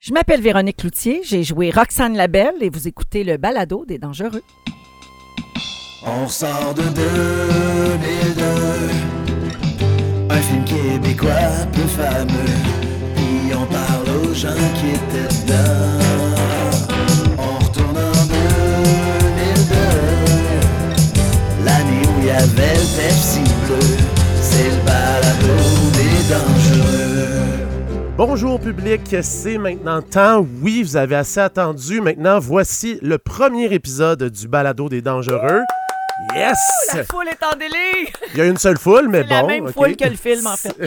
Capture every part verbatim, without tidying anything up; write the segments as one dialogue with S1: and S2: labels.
S1: Je m'appelle Véronique Cloutier, j'ai joué Roxane Labelle et vous écoutez le balado des dangereux.
S2: On sort de deux mille deux, un film québécois peu fameux, puis on parle aux gens qui étaient dedans. On retourne en deux mille deux, l'année où il y avait le Pepsi bleu, c'est le balado des dangereux.
S3: Bonjour public, c'est maintenant temps. Oui, vous avez assez attendu. Maintenant, voici le premier épisode du balado des dangereux. Yes!
S1: Oh, la foule est en délire!
S3: Il y a une seule foule, mais
S1: c'est
S3: bon.
S1: la même
S3: okay.
S1: foule que le film, en fait.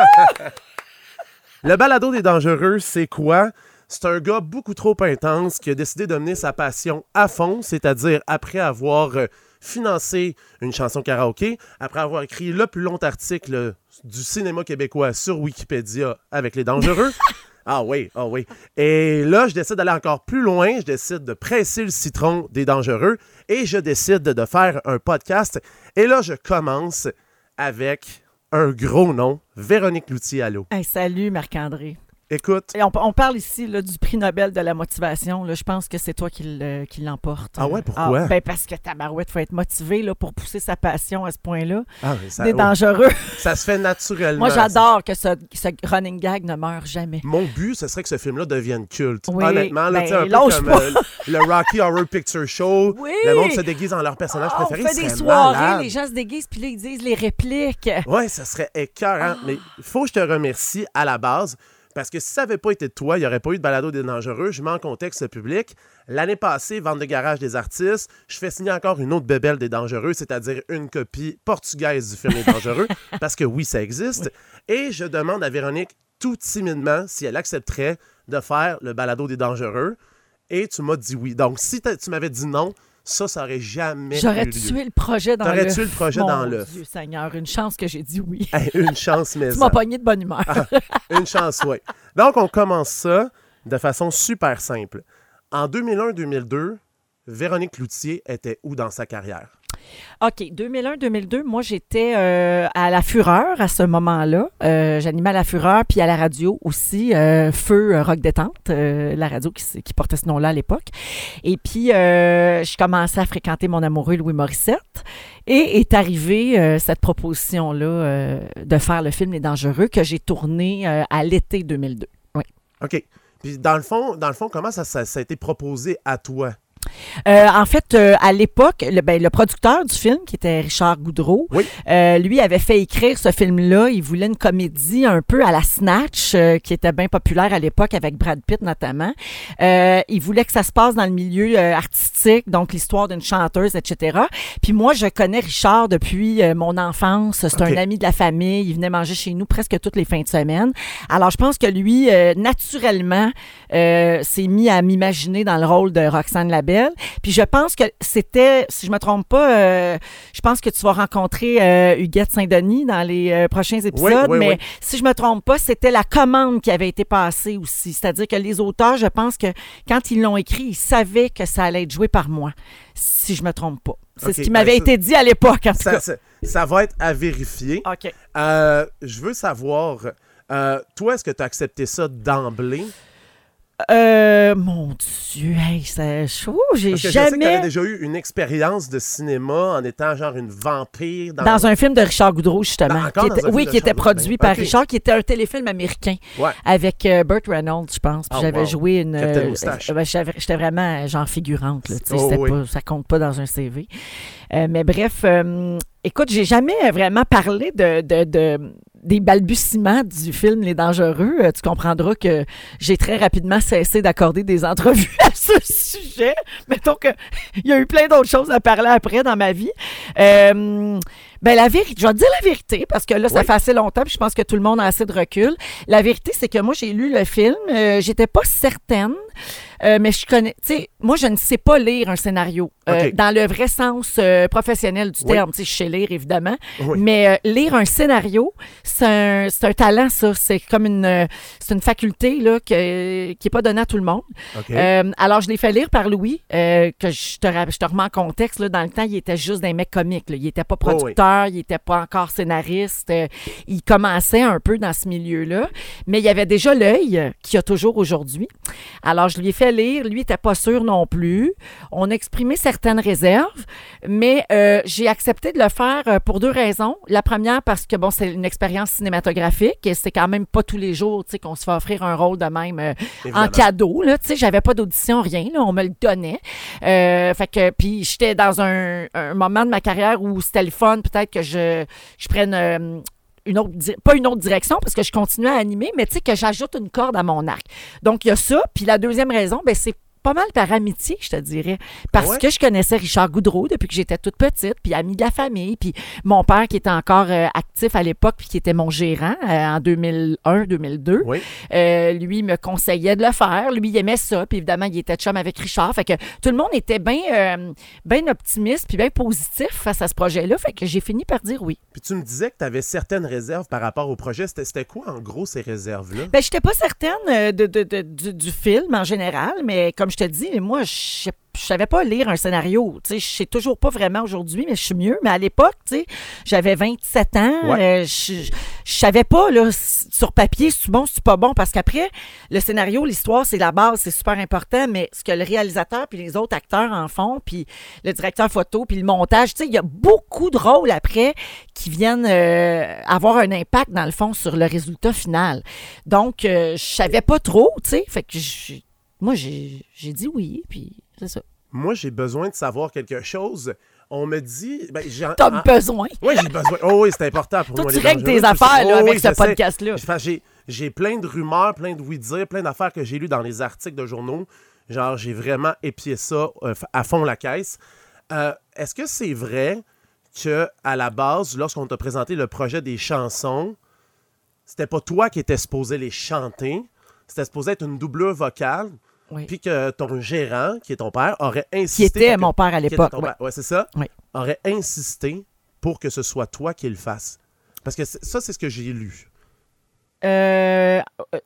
S3: Le balado des dangereux, c'est quoi? C'est un gars beaucoup trop intense qui a décidé de mener sa passion à fond, c'est-à-dire après avoir euh, financé une chanson karaoké, après avoir écrit le plus long article du cinéma québécois sur Wikipédia avec les dangereux. Ah oui, ah oui. Et là, je décide d'aller encore plus loin. Je décide de presser le citron des dangereux et je décide de faire un podcast. Et là, je commence avec un gros nom, Véronique Cloutier, allô.
S1: Hey, salut Marc-André.
S3: Écoute.
S1: Et on, on parle ici là, du prix Nobel de la motivation. Là, je pense que c'est toi qui, le, qui l'emporte.
S3: Ah ouais, pourquoi?
S1: Ah, ben parce que tabarouette, il faut être motivé là, pour pousser sa passion à ce point-là.
S3: Ah, ça,
S1: Des
S3: oh,
S1: dangereux.
S3: Ça se fait naturellement.
S1: Moi, j'adore que ce, ce running gag ne meure jamais.
S3: Mon but, ce serait que ce film-là devienne culte.
S1: Oui,
S3: honnêtement, là,
S1: ben,
S3: un peu
S1: lâche
S3: comme
S1: pas.
S3: euh, le Rocky Horror Picture Show.
S1: Oui.
S3: Le monde se déguise en leur personnage
S1: Oh,
S3: préféré.
S1: on fait des
S3: serait
S1: soirées,
S3: malade.
S1: les gens se déguisent, puis là, ils disent les répliques.
S3: Ouais, ça serait écœurant.
S1: Oh.
S3: Mais il faut que je te remercie à la base. Parce que si ça n'avait pas été de toi, il n'y aurait pas eu de balado des dangereux. Je mets en contexte public. L'année passée, vente de garage des artistes, je fais signer encore une autre bébelle des dangereux, c'est-à-dire une copie portugaise du film Les Dangereux, parce que oui, ça existe. Oui. Et je demande à Véronique tout timidement si elle accepterait de faire le balado des dangereux. Et tu m'as dit oui. Donc, si tu m'avais dit non, ça, ça aurait jamais
S1: J'aurais
S3: eu lieu.
S1: tué le projet dans l'œuf.
S3: T'aurais tué le projet
S1: Mon
S3: dans l'œuf.
S1: Dieu Seigneur, une chance que j'ai dit oui.
S3: Hey, une chance, mais
S1: tu m'as pogné de bonne humeur.
S3: Ah, une chance, oui. Donc, on commence ça de façon super simple. En deux mille un deux mille deux, Véronique Cloutier était où dans sa carrière?
S1: OK, deux mille un deux mille deux, moi, j'étais euh, à La Fureur à ce moment-là. Euh, j'animais à La Fureur, puis à la radio aussi, euh, Feu euh, Rock Détente, euh, la radio qui, qui portait ce nom-là à l'époque. Et puis, euh, je commençais à fréquenter mon amoureux Louis Morissette. Et est arrivée euh, cette proposition-là euh, de faire le film Les Dangereux que j'ai tourné euh, à l'été deux mille deux. Oui.
S3: OK. Puis, dans le fond, dans le fond comment ça, ça, ça a été proposé à toi?
S1: Euh, en fait, euh, à l'époque, le, ben, le producteur du film, qui était Richard Goudreau,
S3: oui.
S1: euh, lui avait fait écrire ce film-là. Il voulait une comédie un peu à la Snatch, euh, qui était bien populaire à l'époque, avec Brad Pitt notamment. Euh, il voulait que ça se passe dans le milieu euh, artistique, donc l'histoire d'une chanteuse, et cetera. Puis moi, je connais Richard depuis euh, mon enfance. C'est okay. Un ami de la famille. Il venait manger chez nous presque toutes les fins de semaine. Alors, je pense que lui, euh, naturellement, euh, s'est mis à m'imaginer dans le rôle de Roxane Labelle. Puis je pense que c'était, si je me trompe pas, euh, je pense que tu vas rencontrer euh, Huguette Saint-Denis dans les euh, prochains épisodes,
S3: oui, oui,
S1: mais
S3: oui.
S1: si je me trompe pas, c'était la commande qui avait été passée aussi. C'est-à-dire que les auteurs, je pense que quand ils l'ont écrit, ils savaient que ça allait être joué par moi, si je me trompe pas. C'est okay, ce qui m'avait ben, été dit à l'époque, en tout
S3: ça,
S1: cas.
S3: Ça, ça va être à vérifier.
S1: OK.
S3: Euh, je veux savoir, euh, toi, est-ce que tu as accepté ça d'emblée?
S1: Euh, mon Dieu, hey, c'est chaud, j'ai
S3: Parce que
S1: jamais...
S3: Je sais que t'avais déjà eu une expérience de cinéma en étant genre une vampire. Dans,
S1: dans un film de Richard Goudreau, justement.
S3: Dans, encore
S1: qui était,
S3: dans un
S1: oui,
S3: film
S1: qui
S3: de
S1: était
S3: Richard
S1: produit
S3: Goudreau.
S1: par
S3: Okay.
S1: Richard, qui était un téléfilm américain
S3: ouais.
S1: avec euh, Burt Reynolds, je pense. Puis
S3: oh,
S1: j'avais
S3: wow.
S1: joué une...
S3: Captain
S1: Euh,
S3: Moustache.
S1: euh, j'avais, j'étais vraiment genre figurante, là,
S3: oh,
S1: c'était
S3: oui.
S1: pas, ça compte pas dans un C V. Euh, mais bref, euh, écoute, j'ai jamais vraiment parlé de... de, de des balbutiements du film Les Dangereux, euh, tu comprendras que j'ai très rapidement cessé d'accorder des entrevues à ce sujet. Mettons qu'il y a eu plein d'autres choses à parler après dans ma vie. Euh, ben la vérité, je vais te dire la vérité, parce que là, ça
S3: oui.
S1: fait assez longtemps, puis je pense que tout le monde a assez de recul. La vérité, c'est que moi, j'ai lu le film, euh, j'étais pas certaine, euh, mais je connais, tu sais, moi, je ne sais pas lire un scénario, euh,
S3: okay.
S1: dans le vrai sens euh, professionnel du
S3: oui.
S1: terme. Tu sais, je sais lire, évidemment,
S3: oui.
S1: mais euh, lire un scénario, c'est un, c'est un talent, ça. C'est comme une, c'est une faculté là, que, qui n'est pas donnée à tout le monde.
S3: Okay.
S1: Euh, alors, je l'ai fait lire par Louis, euh, que je te, je te remets en contexte. Là, dans le temps, il était juste des mecs comiques. Là. Il n'était pas producteur. acteur, il n'était pas encore scénariste. Euh, il commençait un peu dans ce milieu-là, mais il avait déjà l'œil qu'il a toujours aujourd'hui. Alors, je lui ai fait lire. Lui, il n'était pas sûr non plus. On a exprimé certaines réserves, mais euh, j'ai accepté de le faire pour deux raisons. La première, parce que, bon, c'est une expérience cinématographique et c'est quand même pas tous les jours, tu sais, qu'on se fait offrir un rôle de même euh, en cadeau, là. Tu sais, j'avais pas d'audition, rien, là. On me le donnait. Euh, fait que, puis j'étais dans un, un moment de ma carrière où c'était le fun, peut-être que je, je prenne... Euh, une autre, pas une autre direction parce que je continuais à animer, mais tu sais que j'ajoute une corde à mon arc. Donc, il y a ça. Puis la deuxième raison, ben c'est pas mal par amitié, je te dirais. Parce ah ouais? que je connaissais Richard Goudreau depuis que j'étais toute petite, puis ami de la famille, puis mon père qui était encore euh, actif à l'époque, puis qui était mon gérant euh, en deux mille un deux mille deux. Oui. Euh, lui me conseillait de le faire. Lui, il aimait ça, puis évidemment, il était chum avec Richard. Fait que tout le monde était bien euh, bien optimiste, puis bien positif face à ce projet-là. Fait que j'ai fini par dire oui.
S3: Puis tu me disais que tu avais certaines réserves par rapport au projet. C'était, c'était quoi, en gros, ces réserves-là?
S1: Bien, je n'étais pas certaine de, de, de, du, du film en général, mais comme je te dis, moi, je je savais pas lire un scénario. Tu sais, je sais toujours pas vraiment aujourd'hui, mais je suis mieux. Mais à l'époque, tu sais, j'avais vingt-sept ans. Ouais. Euh, je, je savais pas, là, sur papier, si c'est bon, si c'est pas bon. Parce qu'après, le scénario, l'histoire, c'est la base, c'est super important. Mais ce que le réalisateur puis les autres acteurs en font, puis le directeur photo, puis le montage, tu sais, il y a beaucoup de rôles après qui viennent euh, avoir un impact, dans le fond, sur le résultat final. Donc, euh, je savais pas trop, tu sais. Fait que je, moi, j'ai, j'ai dit oui, puis c'est ça.
S3: Moi, j'ai besoin de savoir quelque chose. On me dit... Ben, j'ai,
S1: T'as en, besoin.
S3: Oui, j'ai besoin. Oh oui, c'est important pour
S1: Toi,
S3: moi.
S1: Toi, tu règles tes affaires là, oh, avec oui, ce podcast-là.
S3: Enfin, j'ai, j'ai plein de rumeurs, plein de oui-dire, plein d'affaires que j'ai lues dans les articles de journaux. Genre, j'ai vraiment épié ça euh, à fond la caisse. Euh, est-ce que c'est vrai qu'à la base, lorsqu'on t'a présenté le projet des chansons, c'était pas toi qui étais supposé les chanter, c'était supposé être une doublure vocale? Oui. Puis que ton gérant, qui est ton père, aurait insisté...
S1: Qui était mon père à l'époque.
S3: Oui, ouais, c'est ça.
S1: Oui.
S3: Aurait insisté pour que ce soit toi qui le fasse. Parce que ça, c'est ce que j'ai lu.
S1: Euh,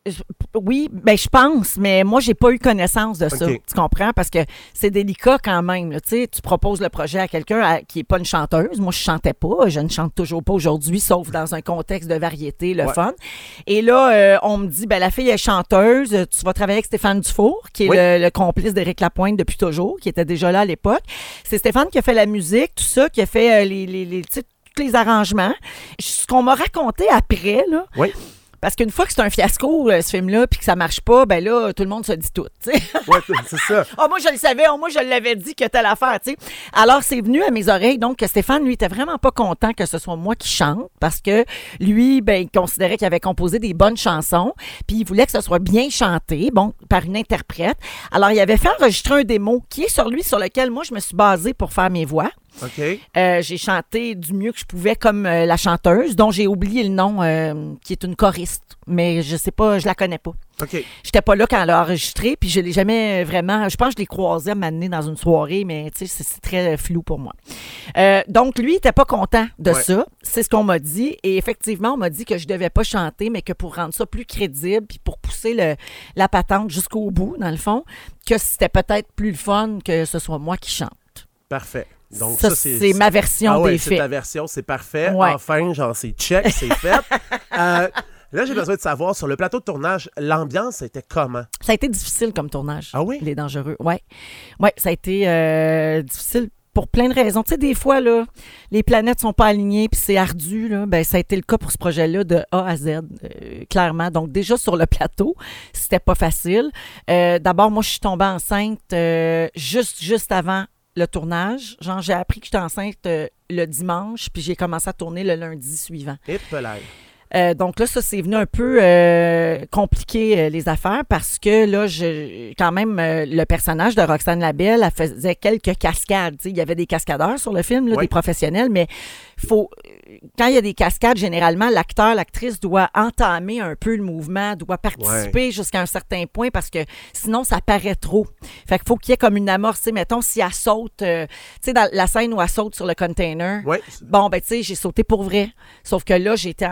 S1: oui, ben je pense, mais moi, j'ai pas eu connaissance de ça. Okay. Tu comprends? Parce que c'est délicat quand même. Là, tu proposes le projet à quelqu'un à, qui n'est pas une chanteuse. Moi, je chantais pas. Je ne chante toujours pas aujourd'hui, sauf dans un contexte de variété, le ouais. fun. Et là, euh, on me dit, ben la fille est chanteuse. Tu vas travailler avec Stéphane Dufour, qui est oui. le, le complice d'Éric Lapointe depuis toujours, qui était déjà là à l'époque. C'est Stéphane qui a fait la musique, tout ça, qui a fait euh, les, les, les, tous les arrangements. Ce qu'on m'a raconté après, là... Oui. Parce qu'une fois que c'est un fiasco, ce film-là, puis que ça marche pas, ben là, tout le monde se dit tout, tu sais.
S3: Ouais, c'est ça.
S1: Ah, oh, moi, je le savais. Oh, moi, je l'avais dit que telle affaire, tu sais. Alors, c'est venu à mes oreilles, donc, que Stéphane, lui, était vraiment pas content que ce soit moi qui chante, parce que lui, ben, il considérait qu'il avait composé des bonnes chansons, puis il voulait que ce soit bien chanté, bon, par une interprète. Alors, il avait fait enregistrer un démo qui est sur lui, sur lequel, moi, je me suis basée pour faire mes voix.
S3: OK.
S1: Euh, j'ai chanté du mieux que je pouvais comme euh, la chanteuse, dont j'ai oublié le nom, euh, qui est une choriste. Mais je sais pas, je la connais pas.
S3: OK.
S1: J'étais pas là quand elle a enregistré, puis je l'ai jamais vraiment... Je pense que je l'ai croisée à m'amener dans une soirée, mais tu sais, c'est, c'est très flou pour moi. Euh, donc, lui, il était pas content de ouais. ça. C'est ce qu'on m'a dit. Et effectivement, on m'a dit que je devais pas chanter, mais que pour rendre ça plus crédible, puis pour pousser le, la patente jusqu'au bout, dans le fond, que c'était peut-être plus le fun que ce soit moi qui chante.
S3: Parfait. Donc,
S1: ça,
S3: ça c'est,
S1: c'est ma version
S3: ah ouais,
S1: des
S3: c'est
S1: faits.
S3: Ta version, c'est parfait.
S1: Ouais.
S3: Enfin, genre, c'est check, c'est fait. euh, là, j'ai besoin de savoir, sur le plateau de tournage, l'ambiance était comment?
S1: Ça a été difficile comme tournage.
S3: Ah oui?
S1: Les Dangereux, oui. Oui, ça a été euh, difficile pour plein de raisons. Tu sais, des fois, là, les planètes sont pas alignées puis c'est ardu, là. Ben, ça a été le cas pour ce projet-là de A à Z, euh, clairement. Donc, déjà, sur le plateau, c'était pas facile. Euh, d'abord, moi, je suis tombée enceinte euh, juste, juste avant le tournage. Genre, j'ai appris que j'étais enceinte euh, le dimanche, puis j'ai commencé à tourner le lundi suivant.
S3: Et pelage.
S1: Euh, donc là, ça, c'est venu un peu euh, compliquer euh, les affaires parce que là, je, quand même, euh, le personnage de Roxane Labelle, elle faisait quelques cascades. Il y avait des cascadeurs sur le film, là, oui. des professionnels, mais faut, quand il y a des cascades, généralement, l'acteur, l'actrice doit entamer un peu le mouvement, doit participer ouais. jusqu'à un certain point parce que sinon, ça paraît trop. Fait qu'il faut qu'il y ait comme une amorce. T'sais, mettons, si elle saute, euh, tu sais, dans la scène où elle saute sur le container,
S3: oui.
S1: bon, ben, tu sais, j'ai sauté pour vrai. Sauf que là, j'étais enceinte.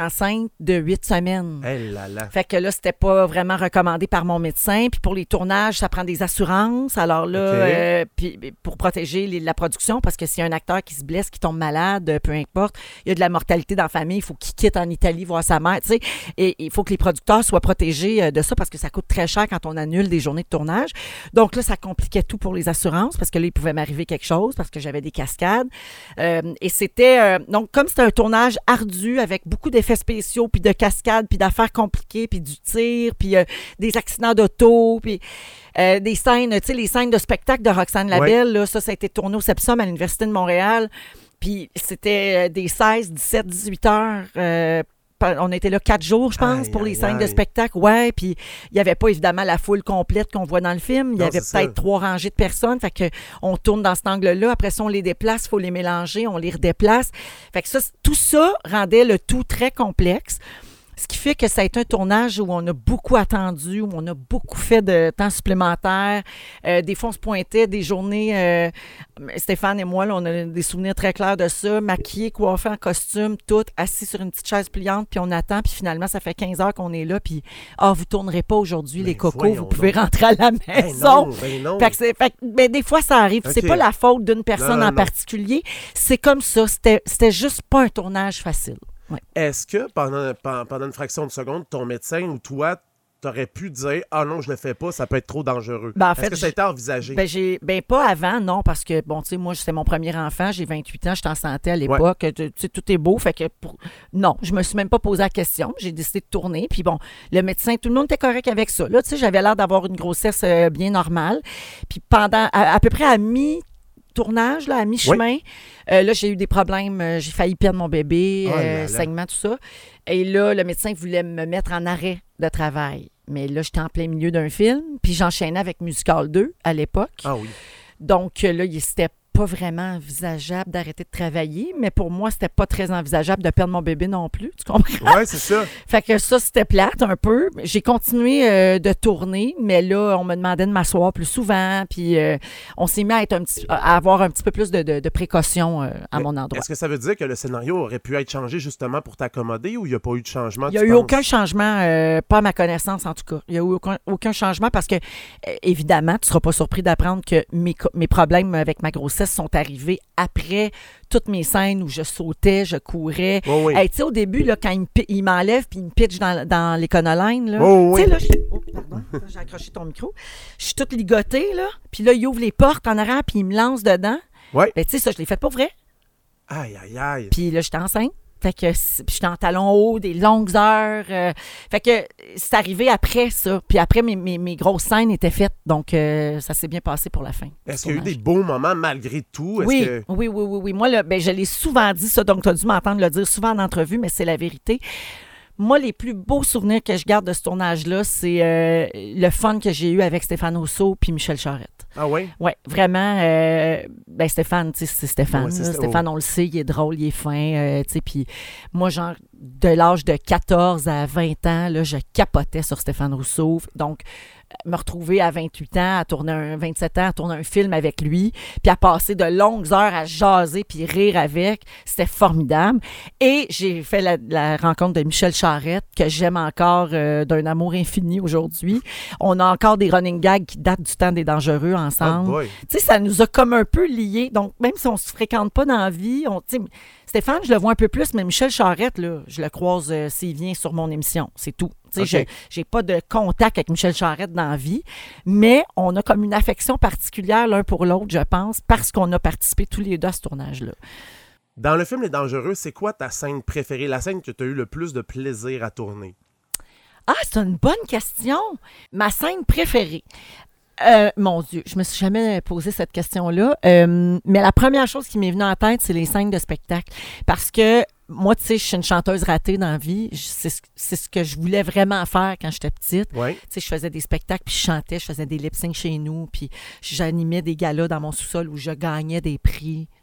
S1: enceinte de huit semaines.
S3: Eh là là.
S1: Fait que là, c'était pas vraiment recommandé par mon médecin. Puis pour les tournages, ça prend des assurances. Alors là,
S3: OK.
S1: euh, puis pour protéger les- la production, parce que s'il y a un acteur qui se blesse, qui tombe malade, euh, peu importe, il y a de la mortalité dans la famille, il faut qu'il quitte en Italie voir sa mère, tu sais. Et il faut que les producteurs soient protégés euh, de ça parce que ça coûte très cher quand on annule des journées de tournage. Donc là, ça compliquait tout pour les assurances parce que là, il pouvait m'arriver quelque chose parce que j'avais des cascades. Euh, et c'était... euh, donc, comme c'était un tournage ardu avec beaucoup d'effets spéciaux, puis de cascades, puis d'affaires compliquées, puis du tir, puis euh, des accidents d'auto, puis euh, des scènes, tu sais, les scènes de spectacle de Roxane Labelle, là, ça, ça a été tourné au Sepsum à l'Université de Montréal. Puis c'était euh, des seize, dix-sept, dix-huit heures. euh, pa- on était là quatre jours, je pense,
S3: Aïe,
S1: pour les
S3: aïe,
S1: scènes de
S3: aïe.
S1: spectacle. Ouais, puis il n'y avait pas évidemment la foule complète qu'on voit dans le film. Il y
S3: Non,
S1: avait
S3: c'est
S1: peut-être
S3: ça.
S1: trois rangées de personnes. Fait que on tourne dans cet angle-là. Après ça, on les déplace, il faut les mélanger, on les redéplace. Fait que ça, c- tout ça rendait le tout très complexe. Ce qui fait que ça a été un tournage où on a beaucoup attendu, où on a beaucoup fait de temps supplémentaire. Euh, des fois, on se pointait des journées. euh, Stéphane et moi, là, on a des souvenirs très clairs de ça. Maquillés, coiffés en costume, tout, assis sur une petite chaise pliante, puis on attend. Puis finalement, ça fait quinze heures qu'on est là. Puis, ah, vous tournerez pas aujourd'hui,
S3: Ben,
S1: les cocos.
S3: voyons
S1: Vous pouvez
S3: donc.
S1: rentrer à la
S3: Ben
S1: maison.
S3: non, ben non.
S1: Fait que c'est, fait que, ben, des fois, ça arrive. C'est
S3: OK.
S1: pas la faute d'une personne
S3: Non, non,
S1: en
S3: non.
S1: particulier. C'est comme ça. C'était, c'était juste pas un tournage facile. Ouais.
S3: Est-ce que pendant, pen- pendant une fraction de seconde, ton médecin ou toi, t'aurais pu dire « Ah non, je le fais pas, ça peut être trop dangereux
S1: Ben, en
S3: Est-ce
S1: fait,
S3: que ça a été envisagé?
S1: Ben, j'ai, ben, pas avant, non, parce que, bon, tu sais, moi, c'était mon premier enfant, j'ai vingt-huit ans, j'étais en santé à l'époque, tu sais, tout est beau, fait que, pour... non, je me suis même pas posé la question, j'ai décidé de tourner, puis bon, le médecin, tout le monde était correct avec ça, là, tu sais, j'avais l'air d'avoir une grossesse euh, bien normale, puis pendant, à, à peu près à mi tournage, là, à mi-chemin. Euh, là, j'ai eu des problèmes. euh, j'ai failli perdre mon bébé,
S3: Oh là
S1: euh,
S3: là.
S1: saignement, tout ça. Et là, le médecin voulait me mettre en arrêt de travail. Mais là, j'étais en plein milieu d'un film. Puis j'enchaînais avec Musical deux à l'époque.
S3: Ah oui.
S1: Donc euh, là, il- c'était pas vraiment envisageable d'arrêter de travailler. Mais pour moi, c'était pas très envisageable de perdre mon bébé non plus. Tu comprends?
S3: Ouais, c'est ça.
S1: Fait que ça, c'était plate un peu. J'ai continué euh, de tourner, mais là, on me demandait de m'asseoir plus souvent. Puis euh, on s'est mis à, être un petit, à avoir un petit peu plus de, de, de précautions euh, à
S3: Mais
S1: mon endroit.
S3: Est-ce que ça veut dire que le scénario aurait pu être changé justement pour t'accommoder ou il n'y a pas eu de changement?
S1: Il n'y a
S3: tu
S1: eu
S3: penses?
S1: aucun changement, euh, pas à ma connaissance en tout cas. Il n'y a eu aucun, aucun changement parce que, euh, évidemment, tu ne seras pas surpris d'apprendre que mes, co- mes problèmes avec ma grossesse sont arrivés après toutes mes scènes où je sautais, je courais.
S3: Oui, oui.
S1: Hey, tu sais, au début, là, quand il, me pi- il m'enlève puis il me pitch dans, dans l'éconoline, là.
S3: Oh,
S1: tu sais,
S3: oui.
S1: là, je- oh, pardon, j'ai accroché ton micro. Je suis toute ligotée, là. Puis là, il ouvre les portes en arrière puis il me lance dedans.
S3: Ouais.
S1: Ben, tu sais, ça, je l'ai fait pour vrai.
S3: Aïe, aïe, aïe.
S1: Puis là, j'étais enceinte. Fait que c- puis j'étais en talons hauts, des longues heures. euh, fait que c'est arrivé après ça. Puis après, mes, mes, mes grosses scènes étaient faites. Donc, euh, ça s'est bien passé pour la fin.
S3: Est-ce
S1: du
S3: qu'il y a eu
S1: tournage.
S3: des beaux moments malgré tout? Est-ce
S1: Oui,
S3: que...
S1: oui, oui, oui, oui. Moi, là, ben, je l'ai souvent dit, ça, donc tu as dû m'entendre le dire souvent en entrevue, mais c'est la vérité. Moi, les plus beaux souvenirs que je garde de ce tournage-là, c'est euh, le fun que j'ai eu avec Stéphane Rousseau puis Michel Charette.
S3: Ah oui?
S1: Oui, vraiment. euh, ben Stéphane, tu sais, c'est Stéphane.
S3: Ouais, c'est
S1: là.
S3: Sté-
S1: Stéphane, on le sait, il est drôle, il est fin. euh, tu sais, puis moi, genre, de l'âge de quatorze à vingt ans, là, je capotais sur Stéphane Rousseau. Donc, me retrouver à vingt-huit ans, à tourner un, vingt-sept ans, à tourner un film avec lui, puis à passer de longues heures à jaser puis rire avec, c'était formidable. Et j'ai fait la, la rencontre de Michel Charette, que j'aime encore euh, d'un amour infini aujourd'hui. On a encore des running gags qui datent du temps des Dangereux
S3: Oh
S1: ensemble.
S3: boy.
S1: Tu sais, ça nous a comme un peu liés. Donc, même si on ne se fréquente pas dans la vie, on, tu sais, Stéphane, je le vois un peu plus, mais Michel Charette, là, je le croise euh, s'il vient sur mon émission. C'est tout. Tu sais,
S3: OK.
S1: je n'ai pas de contact avec Michel Charette dans la vie, mais on a comme une affection particulière l'un pour l'autre, je pense, parce qu'on a participé tous les deux à ce tournage-là.
S3: Dans le film Les Dangereux, c'est quoi ta scène préférée? La scène que tu as eu le plus de plaisir à tourner?
S1: Ah, c'est une bonne question. Ma scène préférée. Euh, mon Dieu, je me suis jamais posé cette question-là. Euh, mais la première chose qui m'est venue en tête, c'est les scènes de spectacle. Parce que moi, tu sais, je suis une chanteuse ratée dans la vie. Je- C'est ce, c'est ce que je voulais vraiment faire quand j'étais petite.
S3: Oui.
S1: Tu sais, je faisais des spectacles, puis je chantais, je faisais des lip-syncs chez nous, puis j'animais des galas dans mon sous-sol où je gagnais des prix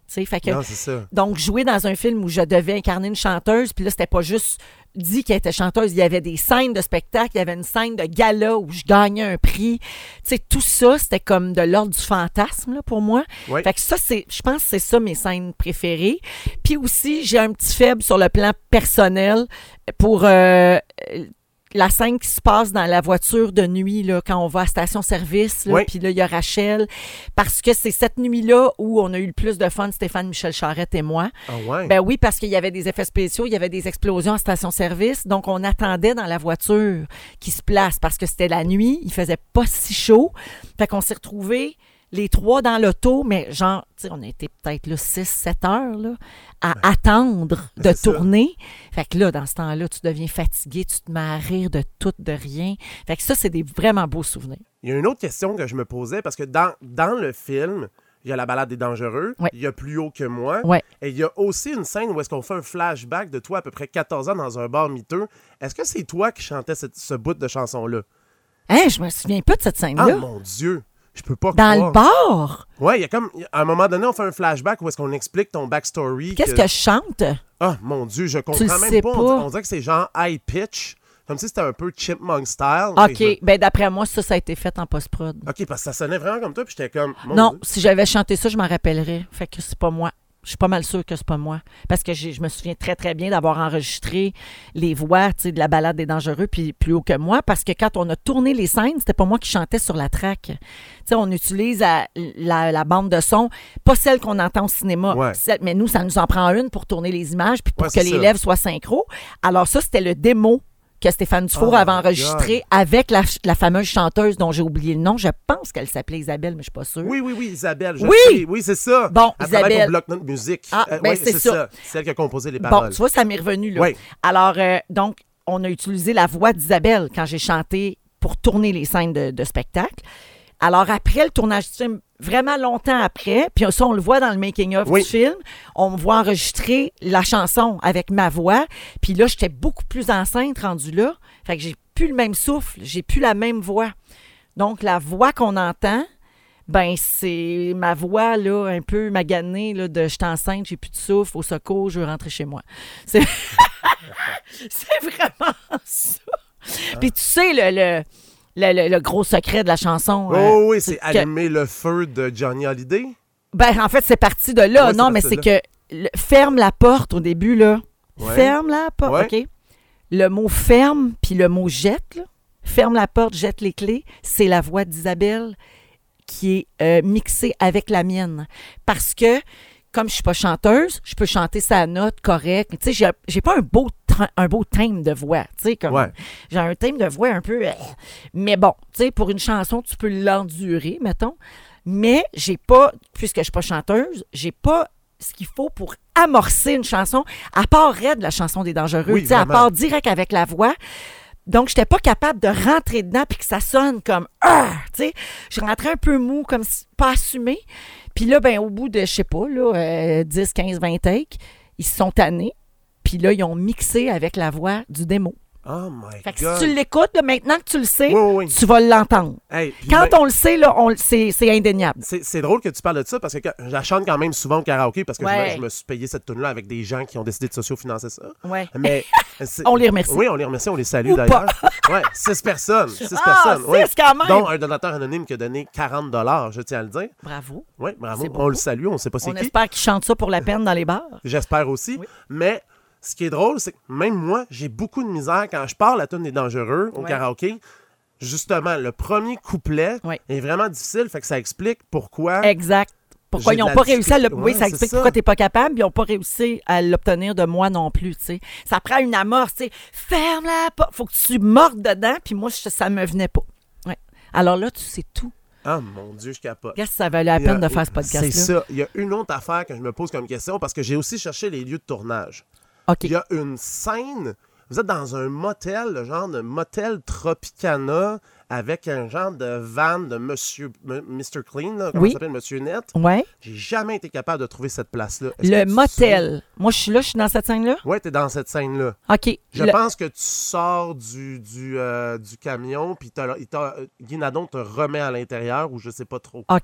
S1: sais, fait que,
S3: Non, c'est ça.
S1: donc, jouer dans un film où je devais incarner une chanteuse, puis là, c'était pas juste dit qu'elle était chanteuse, il y avait des scènes de spectacle, il y avait une scène de gala où je gagnais un prix. Tu sais, tout ça, c'était comme de l'ordre du fantasme, là, pour moi.
S3: Oui.
S1: Fait que ça, c'est, je pense que c'est ça mes scènes préférées. Puis aussi, j'ai un petit faible sur le plan personnel pour euh, la scène qui se passe dans la voiture de nuit, là, quand on va à station-service, là,
S3: Oui.
S1: puis là, il y a Rachel, parce que c'est cette nuit-là où on a eu le plus de fun, Stéphane Michel Charette et moi.
S3: Ah ouais?
S1: Ben oui, parce qu'il y avait des effets spéciaux, il y avait des explosions en station-service, donc on attendait dans la voiture qui se place, parce que c'était la nuit, il faisait pas si chaud, fait qu'on s'est retrouvés les trois dans l'auto, mais genre, tu sais, on a été peut-être là six sept heures là, à attendre de
S3: c'est ça.
S1: tourner. Fait que là, dans ce temps-là, tu deviens fatigué, tu te mets à rire de tout, de rien. Fait que ça, c'est des vraiment beaux souvenirs.
S3: Il y a une autre question que je me posais, parce que dans, dans le film, il y a la balade des dangereux,
S1: Ouais.
S3: il y a Plus haut que moi,
S1: Ouais.
S3: et il y a aussi une scène où est-ce qu'on fait un flashback de toi à peu près quatorze ans dans un bar miteux. Est-ce que c'est toi qui chantais cette- ce bout de chanson-là?
S1: Hein, je me souviens pas de cette
S3: Ah
S1: scène-là.
S3: mon Dieu! Je peux pas
S1: Dans
S3: croire.
S1: le bar?
S3: Ouais, il y a comme... À un moment donné, on fait un flashback où est-ce qu'on explique ton backstory.
S1: Qu'est-ce que je chante?
S3: Ah, mon Dieu, je
S1: le
S3: comprends même
S1: sais
S3: pas. On,
S1: pas.
S3: dirait- on dirait que c'est genre high pitch, comme si c'était un peu chipmunk style.
S1: OK.
S3: Et
S1: Ben d'après moi, ça, ça a été fait en post-prod.
S3: je- OK, parce que ça sonnait vraiment comme toi, puis j'étais comme... mon
S1: Non,
S3: Dieu.
S1: si j'avais chanté ça, je m'en rappellerais. Fait que c'est pas moi. Je suis pas mal sûre que c'est pas moi. Parce que j'ai- je me souviens très, très bien d'avoir enregistré les voix, tu sais, de la balade des dangereux, puis plus haut que moi. Parce que quand on a tourné les scènes, c'était pas moi qui chantais sur la track. Tu sais, on utilise la, la- la bande de son, pas celle qu'on entend au cinéma.
S3: Ouais.
S1: Celle- mais nous, ça nous en prend une pour tourner les images, puis pour
S3: Ouais,
S1: que
S3: c'est
S1: les
S3: ça.
S1: lèvres soient synchro. Alors ça, c'était le démo que Stéphane Dufour
S3: Oh
S1: avait
S3: my
S1: enregistré avec la, la fameuse chanteuse dont j'ai oublié le nom. Je pense qu'elle s'appelait Isabelle, mais je suis pas sûre.
S3: Oui, oui, oui, Isabelle. je
S1: Oui!
S3: sais. Oui, c'est ça.
S1: Bon,
S3: Elle travaille
S1: Isabelle.
S3: pour Bloc-Notes Musique.
S1: Ah, ben,
S3: ouais,
S1: c'est ça.
S3: C'est elle qui a composé les
S1: Bon,
S3: paroles.
S1: tu vois, ça m'est revenu, là.
S3: Oui.
S1: Alors, euh, donc, on a utilisé la voix d'Isabelle quand j'ai chanté pour tourner les scènes de, de spectacle. Alors, après le tournage du film, vraiment longtemps après, puis ça, on le voit dans le making-of
S3: Oui.
S1: du film, on me voit enregistrer la chanson avec ma voix, puis là, j'étais beaucoup plus enceinte rendue là. Fait que j'ai plus le même souffle, j'ai plus la même voix. Donc, la voix qu'on entend, ben c'est ma voix, là, un peu maganée, là, de « je suis enceinte, j'ai plus de souffle, au secours, je veux rentrer chez moi ». C'est c'est vraiment ça. Puis tu sais, le, le, le, le- le gros secret de la chanson...
S3: Oh
S1: euh,
S3: oui, c'est
S1: que-
S3: Allumer le feu de Johnny Hallyday.
S1: Ben, en fait, c'est parti de là.
S3: Ouais, c'est
S1: non, mais
S3: parti
S1: c'est
S3: de
S1: que le- ferme la porte au début, là.
S3: Ouais.
S1: Ferme la porte,
S3: Ouais.
S1: OK? Le mot ferme, puis le mot jette, là. Ferme la porte, jette les clés. C'est la voix d'Isabelle qui est euh, mixée avec la mienne. Parce que, comme je suis pas chanteuse, je peux chanter sa note correcte. Tu sais, j'ai, j'ai pas un beau, tra- un beau thème de voix. Tu sais, comme.
S3: Ouais.
S1: J'ai un thème de voix un peu. euh, Mais bon, tu sais, pour une chanson, tu peux l'endurer, mettons. Mais j'ai pas, puisque je suis pas chanteuse, j'ai pas ce qu'il faut pour amorcer une chanson, à part raide, la chanson des dangereux,
S3: Oui,
S1: tu sais, à
S3: vraiment.
S1: part direct avec la voix. Donc, j'étais pas capable de rentrer dedans puis que ça sonne comme ah, tu sais, je rentrais un peu mou, comme si- pas assumé. Puis là, ben au bout de, je sais pas, là, euh, dix, quinze, vingt takes, ils se sont tannés. Puis là, ils ont mixé avec la voix du démo.
S3: Oh my
S1: Fait que
S3: God.
S1: si tu l'écoutes, là, maintenant que tu le sais,
S3: Oui, oui, oui.
S1: tu vas l'entendre.
S3: Hey, puis
S1: Quand
S3: ben-
S1: on le sait, là, on, le- c'est, c'est indéniable.
S3: C'est, c'est drôle que tu parles de ça parce que quand- je la chante quand même souvent au karaoké parce que je, me,
S1: Ouais.
S3: je me suis payé cette tune là avec des gens qui ont décidé de socio-financer ça.
S1: Ouais.
S3: Mais c'est-
S1: On les remercie.
S3: Oui, on les remercie, on les salue
S1: Ou
S3: d'ailleurs. Ouais, six personnes. Six
S1: Ah,
S3: personnes. oui.
S1: six quand même.
S3: Dont un donateur anonyme qui a donné quarante dollars, je tiens à le dire.
S1: Bravo.
S3: Oui, bravo.
S1: C'est
S3: On
S1: beaucoup.
S3: le salue, on ne sait pas c'est
S1: On
S3: qui.
S1: espère qu'ils chantent ça pour la peine dans les bars.
S3: J'espère aussi.
S1: Oui.
S3: Mais ce qui est drôle, c'est que même moi, j'ai beaucoup de misère quand je parle la tune des dangereux au
S1: Ouais.
S3: karaoké. Justement, le premier couplet
S1: Oui.
S3: est vraiment difficile, fait que ça explique pourquoi.
S1: Exact. Pourquoi
S3: J'ai
S1: ils
S3: de
S1: n'ont
S3: la
S1: pas réussi à le...
S3: difficulté.
S1: Oui, ça
S3: Ouais,
S1: explique
S3: c'est
S1: pourquoi
S3: ça.
S1: tu n'es pas capable, puis ils n'ont pas réussi à l'obtenir de moi non plus, tu sais. Ça prend une amorce, tu sais. Ferme la porte. Faut que tu mordes dedans, puis moi, je- ça me venait pas. Ouais. Alors là, tu sais tout.
S3: Ah mon Dieu, je capote.
S1: Qu'est-ce que ça valait la
S3: Il y a-
S1: peine de faire ce podcast-là?
S3: C'est ça. Il y a une autre affaire que je me pose comme question parce que j'ai aussi cherché les lieux de tournage.
S1: OK.
S3: Il y a une scène, vous êtes dans un motel, le genre de motel Tropicana, avec un genre de van de Monsieur M- mister Clean, là, comment
S1: Oui.
S3: ça s'appelle, Monsieur Net.
S1: Ouais.
S3: J'ai jamais été capable de trouver cette place-là. Est-ce
S1: Le
S3: que tu
S1: motel. Moi, je suis là, je suis dans cette scène-là?
S3: sais- Ouais, t'es dans cette scène-là.
S1: OK.
S3: Je
S1: Le-
S3: pense que tu sors du, du, euh, du camion, puis t'as- il t'a- Guy Nadon te remet à l'intérieur, ou je sais pas trop.
S1: OK.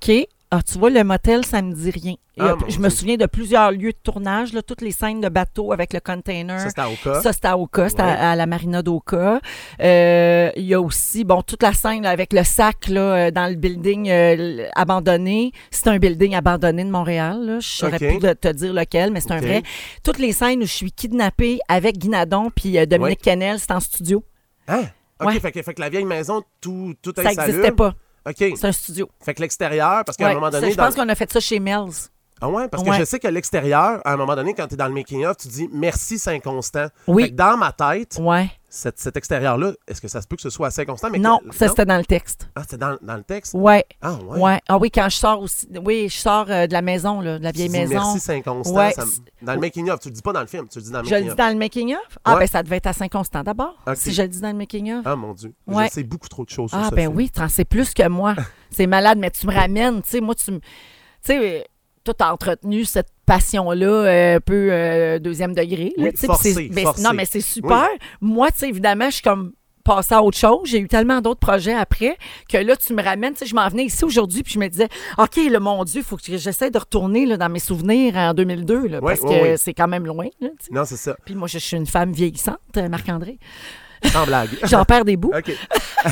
S1: Ah, tu vois, le motel, ça me dit rien. Il y a-
S3: Ah, mon
S1: je me
S3: Dieu.
S1: souviens de plusieurs lieux de tournage, là, toutes les scènes de bateau avec le container.
S3: Ça, c'était à Oka.
S1: Ça, c'était à Oka, c'était
S3: Ouais.
S1: à, à la marina d'Oka. Euh, Il y a aussi, bon, toute la scène là, avec le sac là, euh, dans le building euh, l- abandonné. C'est un building abandonné de Montréal. Là. Je saurais
S3: OK.
S1: plus de te dire lequel, mais c'est un
S3: OK.
S1: vrai. Toutes les scènes où je suis kidnappée avec Guy Nadon puis euh, Dominique Kennel, c'est en studio.
S3: Hein? OK,
S1: Ouais.
S3: fait, que, fait que la vieille maison, tout, tout
S1: Ça
S3: est
S1: n'existait pas.
S3: OK.
S1: C'est un studio.
S3: Fait que l'extérieur, parce qu'à
S1: Ouais.
S3: un moment
S1: Ça,
S3: donné...
S1: je
S3: dans-
S1: pense qu'on a fait ça chez Mel's.
S3: Ah ouais, parce
S1: Ouais.
S3: que je sais qu'à l'extérieur, à un moment donné, quand tu es dans le making-of, tu dis « Merci, c'est inconstant ».
S1: Oui.
S3: Fait que dans ma tête,
S1: Ouais.
S3: cet, cet extérieur-là, est-ce que ça se peut que ce soit assez constant? Mais
S1: Non,
S3: que-
S1: ça c'était dans le texte.
S3: Ah, c'était dans, dans le texte?
S1: Ouais.
S3: Ah ouais?
S1: Ouais. Ah oui, quand je sors aussi. Oui, je sors euh, de la maison, là, de la
S3: Tu
S1: vieille
S3: dis
S1: maison.
S3: Merci, c'est inconstant.
S1: Ouais.
S3: ça me- Dans le making-of, tu le dis pas dans le film, tu le dis dans le
S1: Je le dis
S3: making-of.
S1: dans le making-of? Ah,
S3: Ouais.
S1: ben ça devait être à Saint-Constant d'abord,
S3: Ok.
S1: si je le dis dans le making-of.
S3: Ah mon Dieu,
S1: Ouais.
S3: je sais beaucoup trop de choses sur
S1: Ah,
S3: ce
S1: ben
S3: film.
S1: oui, t'en sais plus que moi. C'est malade, mais tu me ramènes, tu sais, moi, tu me. Tu sais, toi, t'as entretenu cette passion-là euh, un peu euh, deuxième degré. Là,
S3: Oui,
S1: tu sais, puis
S3: forcé,
S1: c'est- ben,
S3: forcé.
S1: non, mais c'est super. Moi, tu sais, évidemment, je suis comme passée à autre chose. J'ai eu tellement d'autres projets après que là, tu me ramènes. Tu sais, je m'en venais ici aujourd'hui puis je me disais, OK, là, mon Dieu, il faut que j'essaie de retourner là, dans mes souvenirs en deux mille deux là,
S3: Oui,
S1: parce
S3: oui,
S1: que
S3: oui.
S1: c'est quand même loin. Là, tu sais.
S3: Non, c'est ça.
S1: Puis moi, je suis une femme vieillissante, euh, Marc-André.
S3: Sans blague.
S1: J'en perds des bouts.
S3: OK.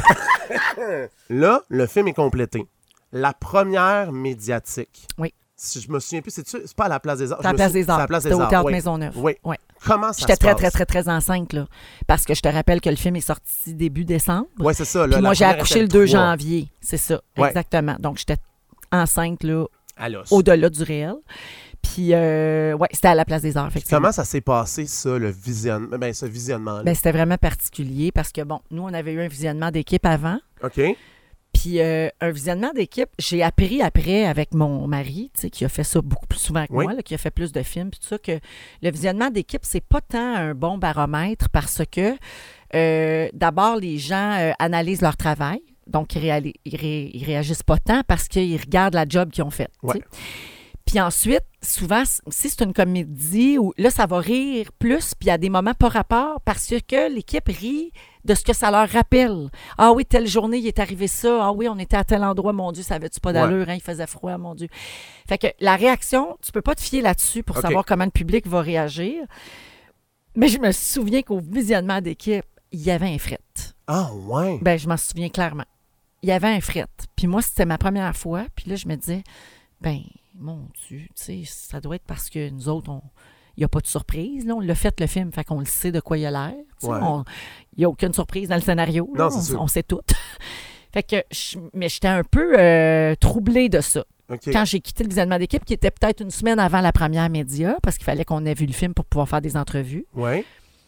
S3: Là, le film est complété. La première médiatique.
S1: Oui.
S3: Si je me souviens plus, c'est c'est pas à la Place des Arts.
S1: C'est à
S3: Je
S1: la
S3: me
S1: Place des
S3: sou- c'est à
S1: Arts.
S3: la Place des
S1: C'était au
S3: Arts,
S1: Théâtre
S3: oui.
S1: Maisonneuve.
S3: Oui.
S1: Ouais.
S3: Comment ça
S1: J'étais
S3: se
S1: très,
S3: passe?
S1: très, très, très enceinte, là. Parce que je te rappelle que le film est sorti début décembre.
S3: Oui, c'est ça. là,
S1: Puis
S3: la
S1: moi, j'ai
S3: première
S1: accouché
S3: était
S1: le deux
S3: trois.
S1: janvier. C'est ça.
S3: Ouais.
S1: Exactement. Donc, j'étais enceinte, là,
S3: À l'os.
S1: au-delà du réel. Puis, euh, ouais, c'était à la Place des Arts, effectivement.
S3: Comment ça s'est passé, ça, le visionnement? Ben, ce visionnement-là.
S1: Ben, c'était vraiment particulier parce que, bon, nous, on avait eu un visionnement d'équipe avant.
S3: OK.
S1: Puis, euh, un visionnement d'équipe, j'ai appris après avec mon mari, tu sais, qui a fait ça beaucoup plus souvent que
S3: Oui.
S1: moi, là, qui a fait plus de films, puis tout ça, que le visionnement d'équipe, c'est pas tant un bon baromètre parce que, euh, d'abord, les gens euh, analysent leur travail. Donc, ils, réali- ils, ré- ils réagissent pas tant parce qu'ils regardent la job qu'ils ont faite. tu sais.
S3: Ouais.
S1: Puis ensuite, souvent, si c'est une comédie, où, là, ça va rire plus, puis il y a des moments pas rapport parce que l'équipe rit de ce que ça leur rappelle. Ah oui, telle journée, il est arrivé ça. Ah oui, on était à tel endroit, mon Dieu, ça avait-tu pas d'allure, hein, il faisait froid, mon Dieu. Fait que la réaction, tu peux pas te fier là-dessus pour
S3: OK.
S1: savoir comment le public va réagir. Mais je me souviens qu'au visionnement d'équipe, il y avait un fret.
S3: Ah, ouais.
S1: Ben, je m'en souviens clairement. Il y avait un fret. Puis moi, c'était ma première fois. Puis là, je me disais, ben, mon Dieu, tu sais, ça doit être parce que nous autres, on... il n'y a pas de surprise. Là. On l'a fait, le film, fait qu'on le sait de quoi il a l'air. tu sais.
S3: Ouais.
S1: On- Il n'y a aucune surprise dans le scénario. là.
S3: Non, c'est
S1: on,
S3: sûr.
S1: on sait tout. Fait que, je- mais j'étais un peu euh, troublée de ça.
S3: OK.
S1: Quand j'ai quitté le visionnement d'équipe, qui était peut-être une semaine avant la première média, parce qu'il fallait qu'on ait vu le film pour pouvoir faire des entrevues.
S3: Ouais.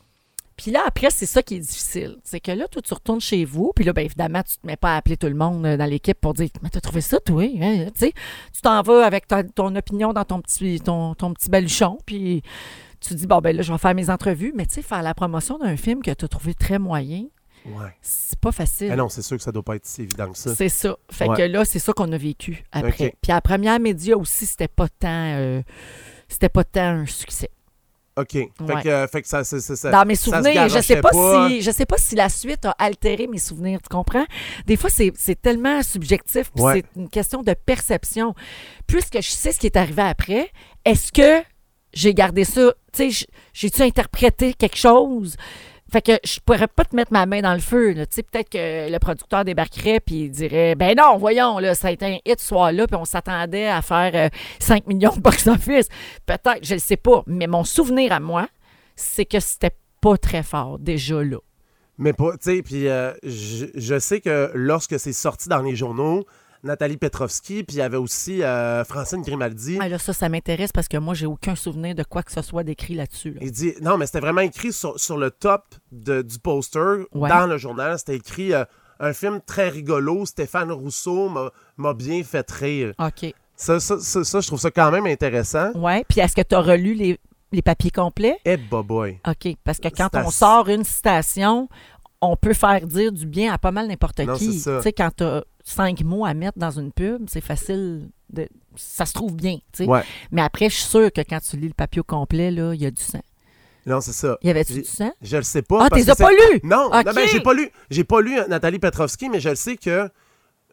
S1: Puis là, après, c'est ça qui est difficile. C'est que là, toi, tu retournes chez vous, puis là, bien évidemment, tu te mets pas à appeler tout le monde euh, dans l'équipe pour dire « Mais t'as trouvé ça, toi? Hein? » Tu sais, tu t'en vas avec ta- ton opinion dans ton petit, ton, ton petit baluchon, puis tu dis « Bon, ben là, je vais faire mes entrevues. » Mais tu sais, faire la promotion d'un film que tu as trouvé très moyen,
S3: Ouais.
S1: c'est pas facile.
S3: Ah non, c'est sûr que ça doit pas être si évident que ça.
S1: C'est ça. Fait
S3: Ouais.
S1: que là, c'est ça qu'on a vécu après.
S3: OK.
S1: Puis à la première média aussi, c'était pas tant... euh, c'était pas tant un succès.
S3: OK. Fait,
S1: Ouais.
S3: que, fait que ça, c'est ça, ça-
S1: Dans mes
S3: ça se
S1: souvenirs, je sais
S3: garochait
S1: pas,
S3: pas.
S1: si je sais pas si la suite a altéré mes souvenirs, tu comprends? Des fois, c'est, c'est tellement subjectif, puis
S3: Ouais.
S1: c'est une question de perception. Puisque je sais ce qui est arrivé après, est-ce que j'ai gardé ça? Tu sais, j- j'ai-tu interprété quelque chose? Fait que je pourrais pas te mettre ma main dans le feu. Là. Tu sais, peut-être que le producteur débarquerait puis il dirait « Ben non, voyons, là, ça a été un hit ce soir-là, puis on s'attendait à faire euh, cinq millions de box-office. » Peut-être, je le sais pas. Mais mon souvenir à moi, c'est que c'était pas très fort déjà là.
S3: Mais pas, tu sais, puis euh, je, je sais que lorsque c'est sorti dans les journaux, Nathalie Petrovski, puis il y avait aussi euh, Francine Grimaldi.
S1: Ah, là, ça, ça m'intéresse parce que moi, j'ai aucun souvenir de quoi que ce soit d'écrit là-dessus. là.
S3: Il dit, non, mais c'était vraiment écrit sur, sur le top de- du poster,
S1: Ouais.
S3: dans le journal. C'était écrit euh, un film très rigolo. Stéphane Rousseau m'a- m'a bien fait rire.
S1: OK.
S3: Ça, ça, ça, ça, je trouve ça quand même intéressant.
S1: Ouais. Puis est-ce que tu as relu les, les papiers complets?
S3: Eh, boy.
S1: OK. Parce que quand
S3: C'est
S1: on
S3: assez-
S1: sort une citation, on peut faire dire du bien à pas mal n'importe
S3: Non,
S1: qui.
S3: c'est ça.
S1: Tu sais, quand tu as cinq mots à mettre dans une pub, c'est facile de. Ça se trouve bien. tu sais.
S3: Ouais.
S1: Mais après, je suis sûre que quand tu lis le papier au complet, là, il y a du sang.
S3: Non, c'est ça.
S1: Il y avait-tu
S3: J'ai-
S1: du sang?
S3: Je le sais pas.
S1: Ah,
S3: parce
S1: t'es
S3: que
S1: as pas
S3: c'est-
S1: lu?
S3: Non,
S1: OK.
S3: non ben, j'ai pas lu. J'ai pas lu Nathalie Petrovski, mais je le sais que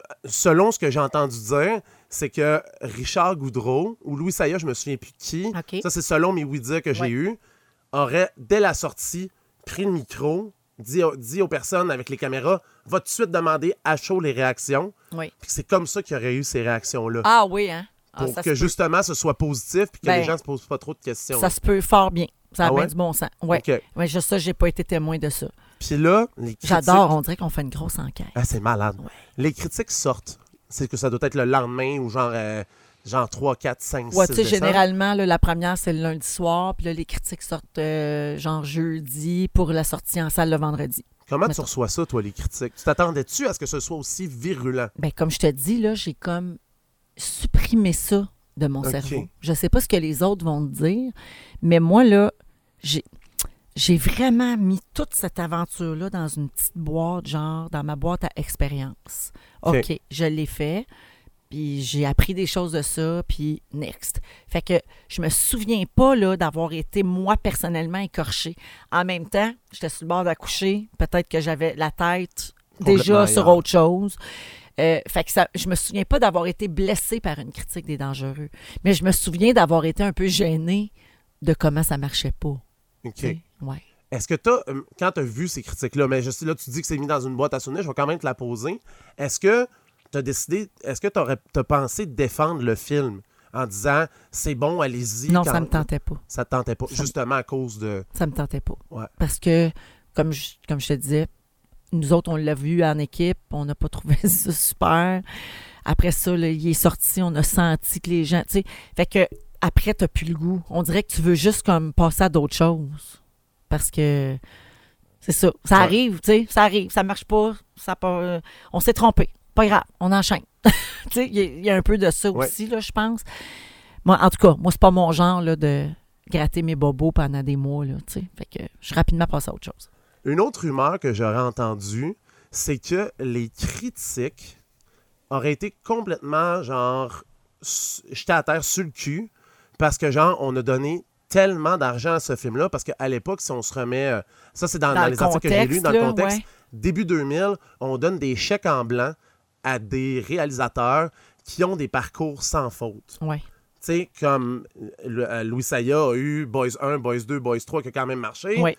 S3: selon ce que j'ai entendu dire, c'est que Richard Goudreau ou Louis Saya, je me souviens plus qui,
S1: OK.
S3: ça c'est selon mes oui-dire que j'ai
S1: Ouais.
S3: eus, aurait, dès la sortie, pris le micro, dit, dit aux personnes avec les caméras, va tout de suite demander à chaud les réactions.
S1: Oui.
S3: Puis c'est comme ça qu'il y aurait eu ces réactions-là.
S1: Ah oui, hein? Ah,
S3: pour
S1: ça
S3: que
S1: se peut.
S3: justement ce soit positif puis que
S1: Ben,
S3: les gens ne se posent pas trop de questions.
S1: Ça se peut fort bien. Ça a
S3: Ah
S1: bien
S3: ouais?
S1: du bon sens. Oui.
S3: OK.
S1: Ouais, juste ça, j'ai pas été témoin de ça.
S3: Puis là, les critiques...
S1: J'adore, on dirait qu'on fait une grosse enquête.
S3: Ah, c'est malade.
S1: Ouais.
S3: Les critiques sortent. C'est que ça doit être le lendemain ou genre, euh, genre trois, quatre, cinq,
S1: Ouais,
S3: six
S1: tu sais,
S3: décembre.
S1: généralement, là, la première, c'est le lundi soir, puis là, les critiques sortent euh, genre jeudi pour la sortie en salle le vendredi.
S3: Comment
S1: Mettons.
S3: tu reçois ça, toi, les critiques? Tu t'attendais-tu à ce que ce soit aussi virulent?
S1: Ben, comme je te dis, là, j'ai comme supprimé ça de mon
S3: OK.
S1: cerveau. Je sais pas ce que les autres vont te dire, mais moi, là, j'ai, j'ai vraiment mis toute cette aventure-là dans une petite boîte, genre dans ma boîte à expérience. OK,
S3: OK.
S1: je l'ai fait, puis j'ai appris des choses de ça, puis next. Fait que je me souviens pas, là, d'avoir été, moi, personnellement, écorchée. En même temps, j'étais sur le bord d'accoucher, peut-être que j'avais la tête déjà
S3: Complètement
S1: sur
S3: ailleurs.
S1: autre chose. Euh, fait que ça, je me souviens pas d'avoir été blessée par une critique des dangereux, mais je me souviens d'avoir été un peu gênée de comment ça marchait pas.
S3: OK.
S1: tu sais. Ouais.
S3: Est-ce que t'as, euh, quand tu as vu ces critiques-là, mais je sais, là, tu dis que c'est mis dans une boîte à sonner, je vais quand même te la poser. Est-ce que tu as décidé, est-ce que tu as pensé défendre le film en disant c'est bon, allez-y?
S1: Non,
S3: quand-
S1: ça me tentait pas.
S3: Ça te tentait pas,
S1: Ça me-
S3: justement à cause de.
S1: Ça me tentait pas.
S3: Ouais.
S1: Parce que, comme je, comme je te disais, nous autres, on l'a vu en équipe, on n'a pas trouvé ça super. Après ça, là, il est sorti, on a senti que les gens, tu sais, fait que après, t'as plus le goût. On dirait que tu veux juste comme passer à d'autres choses. Parce que c'est ça. Ça
S3: Ouais.
S1: arrive, tu sais, ça arrive, ça marche pas, ça pas, euh, on s'est trompé. Pas grave, on enchaîne. tu sais, il y, a- il y a un peu de ça
S3: Ouais.
S1: aussi, là, je pense. Moi, en tout cas, moi, c'est pas mon genre, là, de gratter mes bobos pendant des mois, là, tu sais. Fait que je suis rapidement passée à autre chose.
S3: Une autre rumeur que j'aurais entendue, c'est que les critiques auraient été complètement, genre, s- jetés à terre sur le cul, parce que, genre, on a donné tellement d'argent à ce film-là, parce qu'à l'époque, si on se remet... euh, ça, c'est dans,
S1: Dans
S3: dans
S1: le
S3: les articles que j'ai lus,
S1: contexte,
S3: dans le
S1: là,
S3: contexte.
S1: ouais.
S3: Début deux mille, on donne des chèques en blanc à des réalisateurs qui ont des parcours sans faute.
S1: Ouais.
S3: Tu sais, comme le- euh, Louis Saya a eu Boys un, Boys deux, Boys trois qui a quand même marché.
S1: Ouais.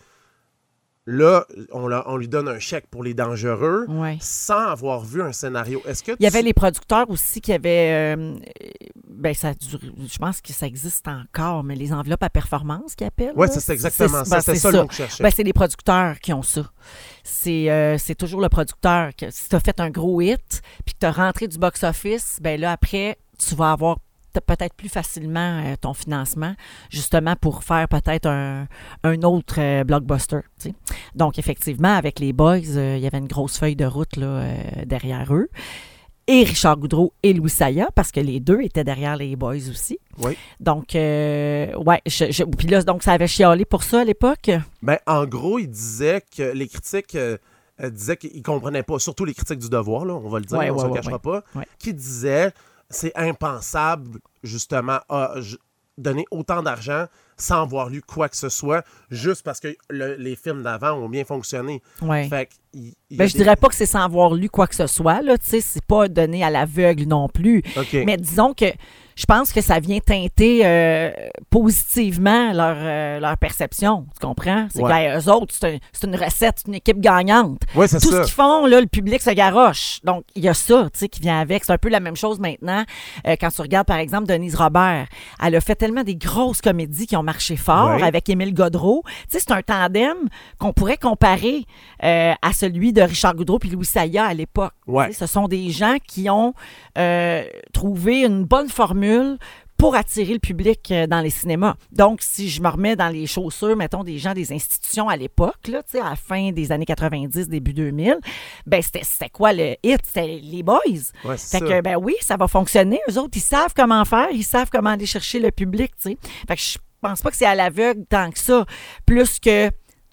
S3: Là, on, la- on lui donne un chèque pour les dangereux
S1: Ouais.
S3: sans avoir vu un scénario. Est-ce que
S1: Il y avait
S3: tu-
S1: les producteurs aussi qui avaient. euh, ben, ça a duré- je pense que ça existe encore, mais les enveloppes à performance qu'ils appellent.
S3: Ouais,
S1: là,
S3: c'est exactement
S1: c'est-
S3: ça.
S1: ben,
S3: C'était
S1: c'est
S3: ça le mot que je cherchais.
S1: Ben, c'est les producteurs qui ont ça. C'est euh, c'est toujours le producteur. Que, si tu as fait un gros hit puis que tu as rentré du box-office, ben là, après, tu vas avoir t- peut-être plus facilement euh, ton financement, justement pour faire peut-être un, un autre euh, blockbuster. tu sais. Donc, effectivement, avec les Boys, euh, il y avait une grosse feuille de route là, euh, derrière eux. Et Richard Goudreau et Louis Saya, parce que les deux étaient derrière les Boys aussi.
S3: Oui.
S1: Donc, euh, ouais, je, je- puis là, donc, ça avait chialé pour ça à l'époque.
S3: Ben, en gros, il disait que les critiques euh, euh, disaient qu'ils comprenaient pas, surtout les critiques du Devoir, là, on va le dire,
S1: Ouais,
S3: on ne
S1: ouais,
S3: se
S1: ouais,
S3: cachera
S1: ouais.
S3: pas,
S1: Ouais.
S3: qui disaient c'est impensable, justement, à j- donner autant d'argent sans avoir lu quoi que ce soit, juste parce que le- les films d'avant ont bien fonctionné.
S1: Ouais.
S3: Fait que, il- il y a
S1: Ben, je
S3: des-
S1: dirais pas que c'est sans avoir lu quoi que ce soit, là, tu sais, c'est pas donné à l'aveugle non plus.
S3: OK.
S1: Mais disons que je pense que ça vient teinter euh, positivement leur, euh, leur perception, tu comprends? C'est
S3: Ouais.
S1: que eux autres, c'est, un- c'est une recette, c'est une équipe gagnante.
S3: Ouais, c'est
S1: Tout
S3: ça.
S1: ce qu'ils font, là, le public se garoche. Donc, il y a ça, tu sais, qui vient avec. C'est un peu la même chose maintenant. euh, quand tu regardes, par exemple, Denise Robert, elle a fait tellement des grosses comédies qui ont marché fort
S3: Ouais.
S1: avec Émile Godreau. Tu sais, c'est un tandem qu'on pourrait comparer euh, à celui de Richard Goudreau puis Louis Saya à l'époque.
S3: Ouais.
S1: Tu sais, ce sont des gens qui ont euh, trouvé une bonne formule pour attirer le public euh, dans les cinémas. Donc, si je me remets dans les chaussures, mettons, des gens des institutions à l'époque, là, tu sais, à la fin des années quatre-vingt-dix, début deux mille, ben c'était, c'était quoi le hit? C'était les Boys.
S3: Ouais, c'est
S1: Fait
S3: ça.
S1: que, ben oui, ça va fonctionner. Eux autres, ils savent comment faire, ils savent comment aller chercher le public, tu sais. Fait que je pense pas que c'est à l'aveugle tant que ça. Plus que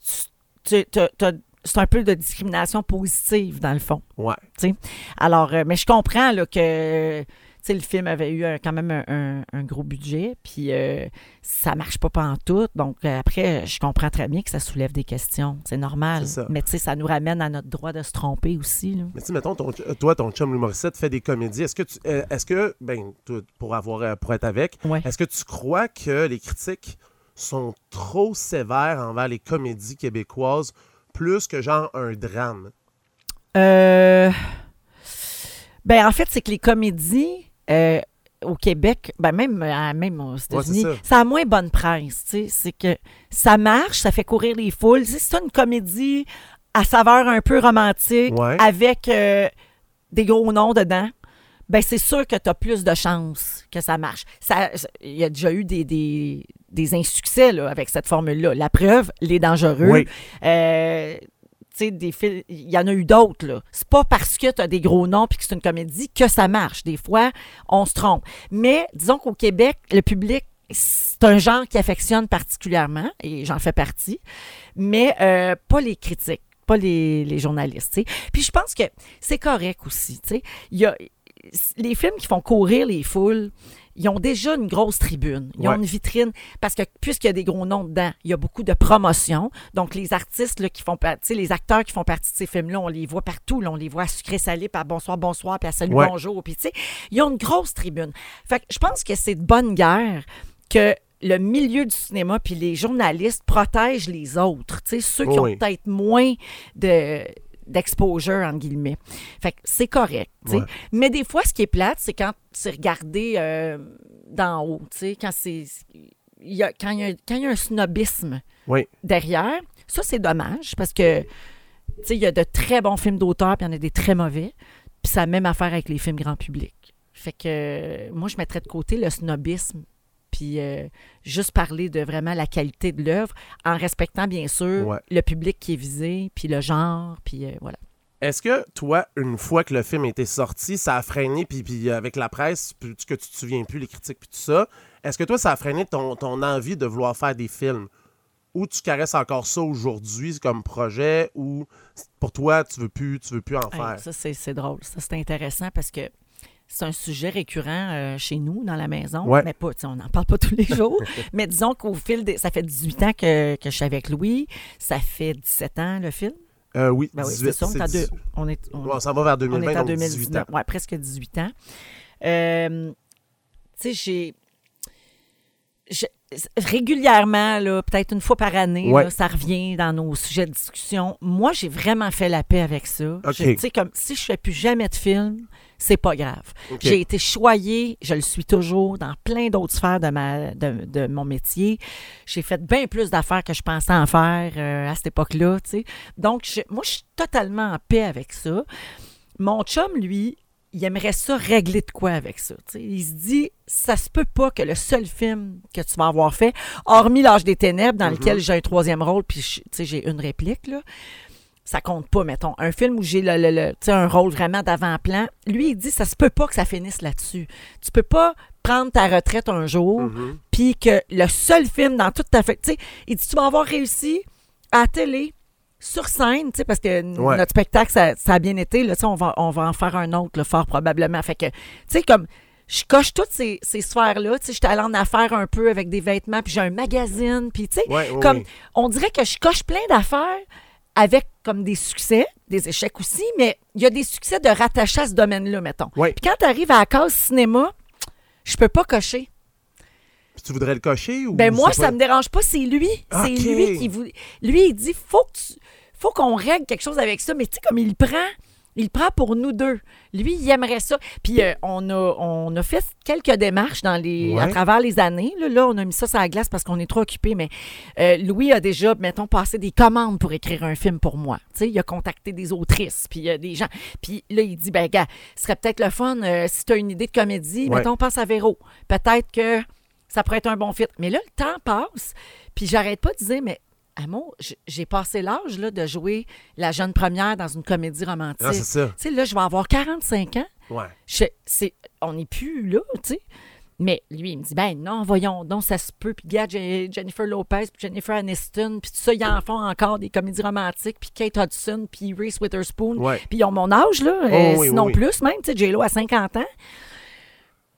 S1: tu, tu- t'as- c'est un peu de discrimination positive, dans le fond.
S3: Ouais.
S1: Tu sais. Alors, euh, mais je comprends là, que, tu sais, le film avait eu un- quand même un, un- un gros budget, puis euh, ça marche pas pantoute. Donc, euh, après, je comprends très bien que ça soulève des questions. C'est normal.
S3: C'est ça.
S1: Mais tu sais, ça nous ramène à notre droit de se tromper aussi, là.
S3: Mais tu sais, mettons, ton, toi, ton chum Louis Morissette fait des comédies. Est-ce que tu. euh, Est-ce que, ben, toi, pour avoir euh, pour être avec,
S1: Ouais.
S3: est-ce que tu crois que les critiques sont trop sévères envers les comédies québécoises plus que genre un drame?
S1: Euh... Ben, en fait, c'est que les comédies euh, au Québec, ben même, euh, même aux États-Unis,
S3: Ouais, c'est ça.
S1: ça a moins bonne presse. Tu sais, c'est que ça marche, ça fait courir les foules. Tu sais, c'est une comédie à saveur un peu romantique
S3: Ouais.
S1: avec euh, des gros noms dedans. Ben, c'est sûr que tu as plus de chances que ça marche. Ça, il y a déjà eu des, des, des insuccès là, avec cette formule-là. La preuve, Les Dangereux.
S3: Oui.
S1: Euh, tu sais, des films, il y en a eu d'autres, là. C'est pas parce que tu as des gros noms puis que c'est une comédie que ça marche. Des fois, on se trompe. Mais disons qu'au Québec, le public, c'est un genre qui affectionne particulièrement, et j'en fais partie, mais euh, pas les critiques, pas les, les journalistes, tu sais. Puis je pense que c'est correct aussi, tu sais. Il y a les films qui font courir les foules, ils ont déjà une grosse tribune. Ils
S3: Ouais.
S1: ont une vitrine. Parce que, puisqu'il y a des gros noms dedans, il y a beaucoup de promotion. Donc, les artistes là, qui font partie, les acteurs qui font partie de ces films-là, on les voit partout. Là. On les voit à Sucré Salé, puis à Bonsoir, Bonsoir, puis à Salut,
S3: Ouais.
S1: Bonjour. Puis, tu sais, ils ont une grosse tribune. Fait que je pense que c'est de bonne guerre que le milieu du cinéma puis les journalistes protègent les autres. Tu sais, ceux qui
S3: Oui.
S1: ont peut-être moins de d'exposure, entre guillemets. Fait que c'est correct, tu sais.
S3: Ouais.
S1: Mais des fois, ce qui est plate, c'est quand c'est regardé euh, d'en haut, tu sais, quand c'est... il y a- quand il y a, quand il y a un snobisme
S3: Oui.
S1: derrière, ça, c'est dommage, parce que, tu sais, il y a de très bons films d'auteur, puis il y en a des très mauvais, puis ça a même affaire avec les films grand public. Fait que, euh, moi, je mettrais de côté le snobisme, puis euh, juste parler de vraiment la qualité de l'œuvre, en respectant, bien sûr,
S3: Ouais.
S1: le public qui est visé, puis le genre, puis euh, voilà.
S3: Est-ce que toi, une fois que le film était sorti, ça a freiné, puis, puis avec la presse, puis que tu te souviens plus, les critiques, puis tout ça, est-ce que toi, ça a freiné ton, ton envie de vouloir faire des films? Ou tu caresses encore ça aujourd'hui comme projet, ou pour toi, tu veux plus, tu veux plus en
S1: Hey,
S3: faire?
S1: ça, c'est, c'est drôle. Ça, c'est intéressant parce que c'est un sujet récurrent euh, chez nous, dans la maison.
S3: Ouais.
S1: Mais pas, tu sais, on n'en parle pas tous les jours. Mais disons qu'au fil des... Ça fait dix-huit ans que, que je suis avec Louis. Ça fait dix-sept ans, le film.
S3: Euh, oui,
S1: Ben oui,
S3: dix-huit,
S1: c'est ça. On est, à
S3: c'est
S1: deux-
S3: dix-
S1: on est, on-
S3: Ouais, on s'en va vers deux mille
S1: on
S3: vingt,
S1: est en
S3: donc dix-huit ans.
S1: deux mille dix-neuf. Ouais, presque dix-huit ans. Euh, tu sais, j'ai... je- régulièrement, là, peut-être une fois par année,
S3: Ouais.
S1: là, ça revient dans nos sujets de discussion. Moi, j'ai vraiment fait la paix avec ça.
S3: OK.
S1: Je- Tu sais, comme si je fais plus jamais de film, c'est pas grave.
S3: OK.
S1: J'ai été choyée, je le suis toujours, dans plein d'autres sphères de, ma, de, de mon métier. J'ai fait bien plus d'affaires que je pensais en faire euh, à cette époque-là, tu sais. Donc, je- moi, je suis totalement en paix avec ça. Mon chum, lui, il aimerait ça régler de quoi avec ça. tu sais. Il se dit, ça se peut pas que le seul film que tu vas avoir fait, hormis L'Âge des Ténèbres, dans
S3: Mhm.
S1: lequel j'ai un troisième rôle, puis je- tu sais, j'ai une réplique, là, ça compte pas, mettons. Un film où j'ai le, le- le- tu sais, un rôle vraiment d'avant-plan, lui, il dit, ça se peut pas que ça finisse là-dessus. Tu peux pas prendre ta retraite un jour,
S3: Mhm.
S1: puis que le seul film dans toute ta... fait- Tu sais, il dit, tu vas avoir réussi à la télé, sur scène, tu sais, parce que n-
S3: Ouais.
S1: notre spectacle, ça, ça a bien été. Là, tu sais, on va, on va en faire un autre, là, fort probablement. Fait que, tu sais, comme, je coche toutes ces, ces sphères-là. Tu sais, j'étais allée en affaires un peu avec des vêtements, puis j'ai un magazine, puis tu sais,
S3: Ouais, ouais,
S1: comme,
S3: oui.
S1: on dirait que je coche plein d'affaires avec comme des succès, des échecs aussi, mais il y a des succès de rattacher à ce domaine-là, mettons.
S3: Ouais.
S1: Puis quand tu arrives à la case cinéma, je peux pas cocher.
S3: Puis tu voudrais le cocher? Ou
S1: Ben moi,
S3: c'est
S1: ça
S3: pas-
S1: me dérange pas, c'est lui. C'est
S3: Ok.
S1: lui qui vous. Lui, il dit faut que tu- faut qu'on règle quelque chose avec ça. Mais tu sais, comme il le prend, il le prend pour nous deux. Lui, il aimerait ça. Puis euh, on, a, on a fait quelques démarches dans les,
S3: Ouais.
S1: à travers les années. Là, là, on a mis ça sur la glace parce qu'on est trop occupés. Mais euh, Louis a déjà, mettons, passé des commandes pour écrire un film pour moi. Tu sais, il a contacté des autrices, puis euh, des gens. Puis là, il dit, ben gars, ce serait peut-être le fun euh, si tu as une idée de comédie.
S3: Ouais.
S1: Mettons, pense à Véro. Peut-être que ça pourrait être un bon fit. Mais là, le temps passe, puis j'arrête pas de dire, mais amour, j- j'ai passé l'âge là, de jouer la jeune première dans une comédie romantique.
S3: Ah, c'est ça.
S1: Tu sais, là, je vais avoir quarante-cinq ans.
S3: Ouais.
S1: Je- c'est, on n'est plus là, tu sais. Mais lui, il me dit, ben non, voyons donc, ça se peut. Puis regarde, j'ai Jennifer Lopez, puis Jennifer Aniston, puis tout ça, ils en font encore des comédies romantiques, puis Kate Hudson, puis Reese Witherspoon.
S3: Ouais.
S1: Puis ils ont mon âge, là,
S3: Oh,
S1: euh,
S3: oui,
S1: sinon
S3: oui, oui.
S1: plus même. Tu sais, J-Lo a cinquante ans.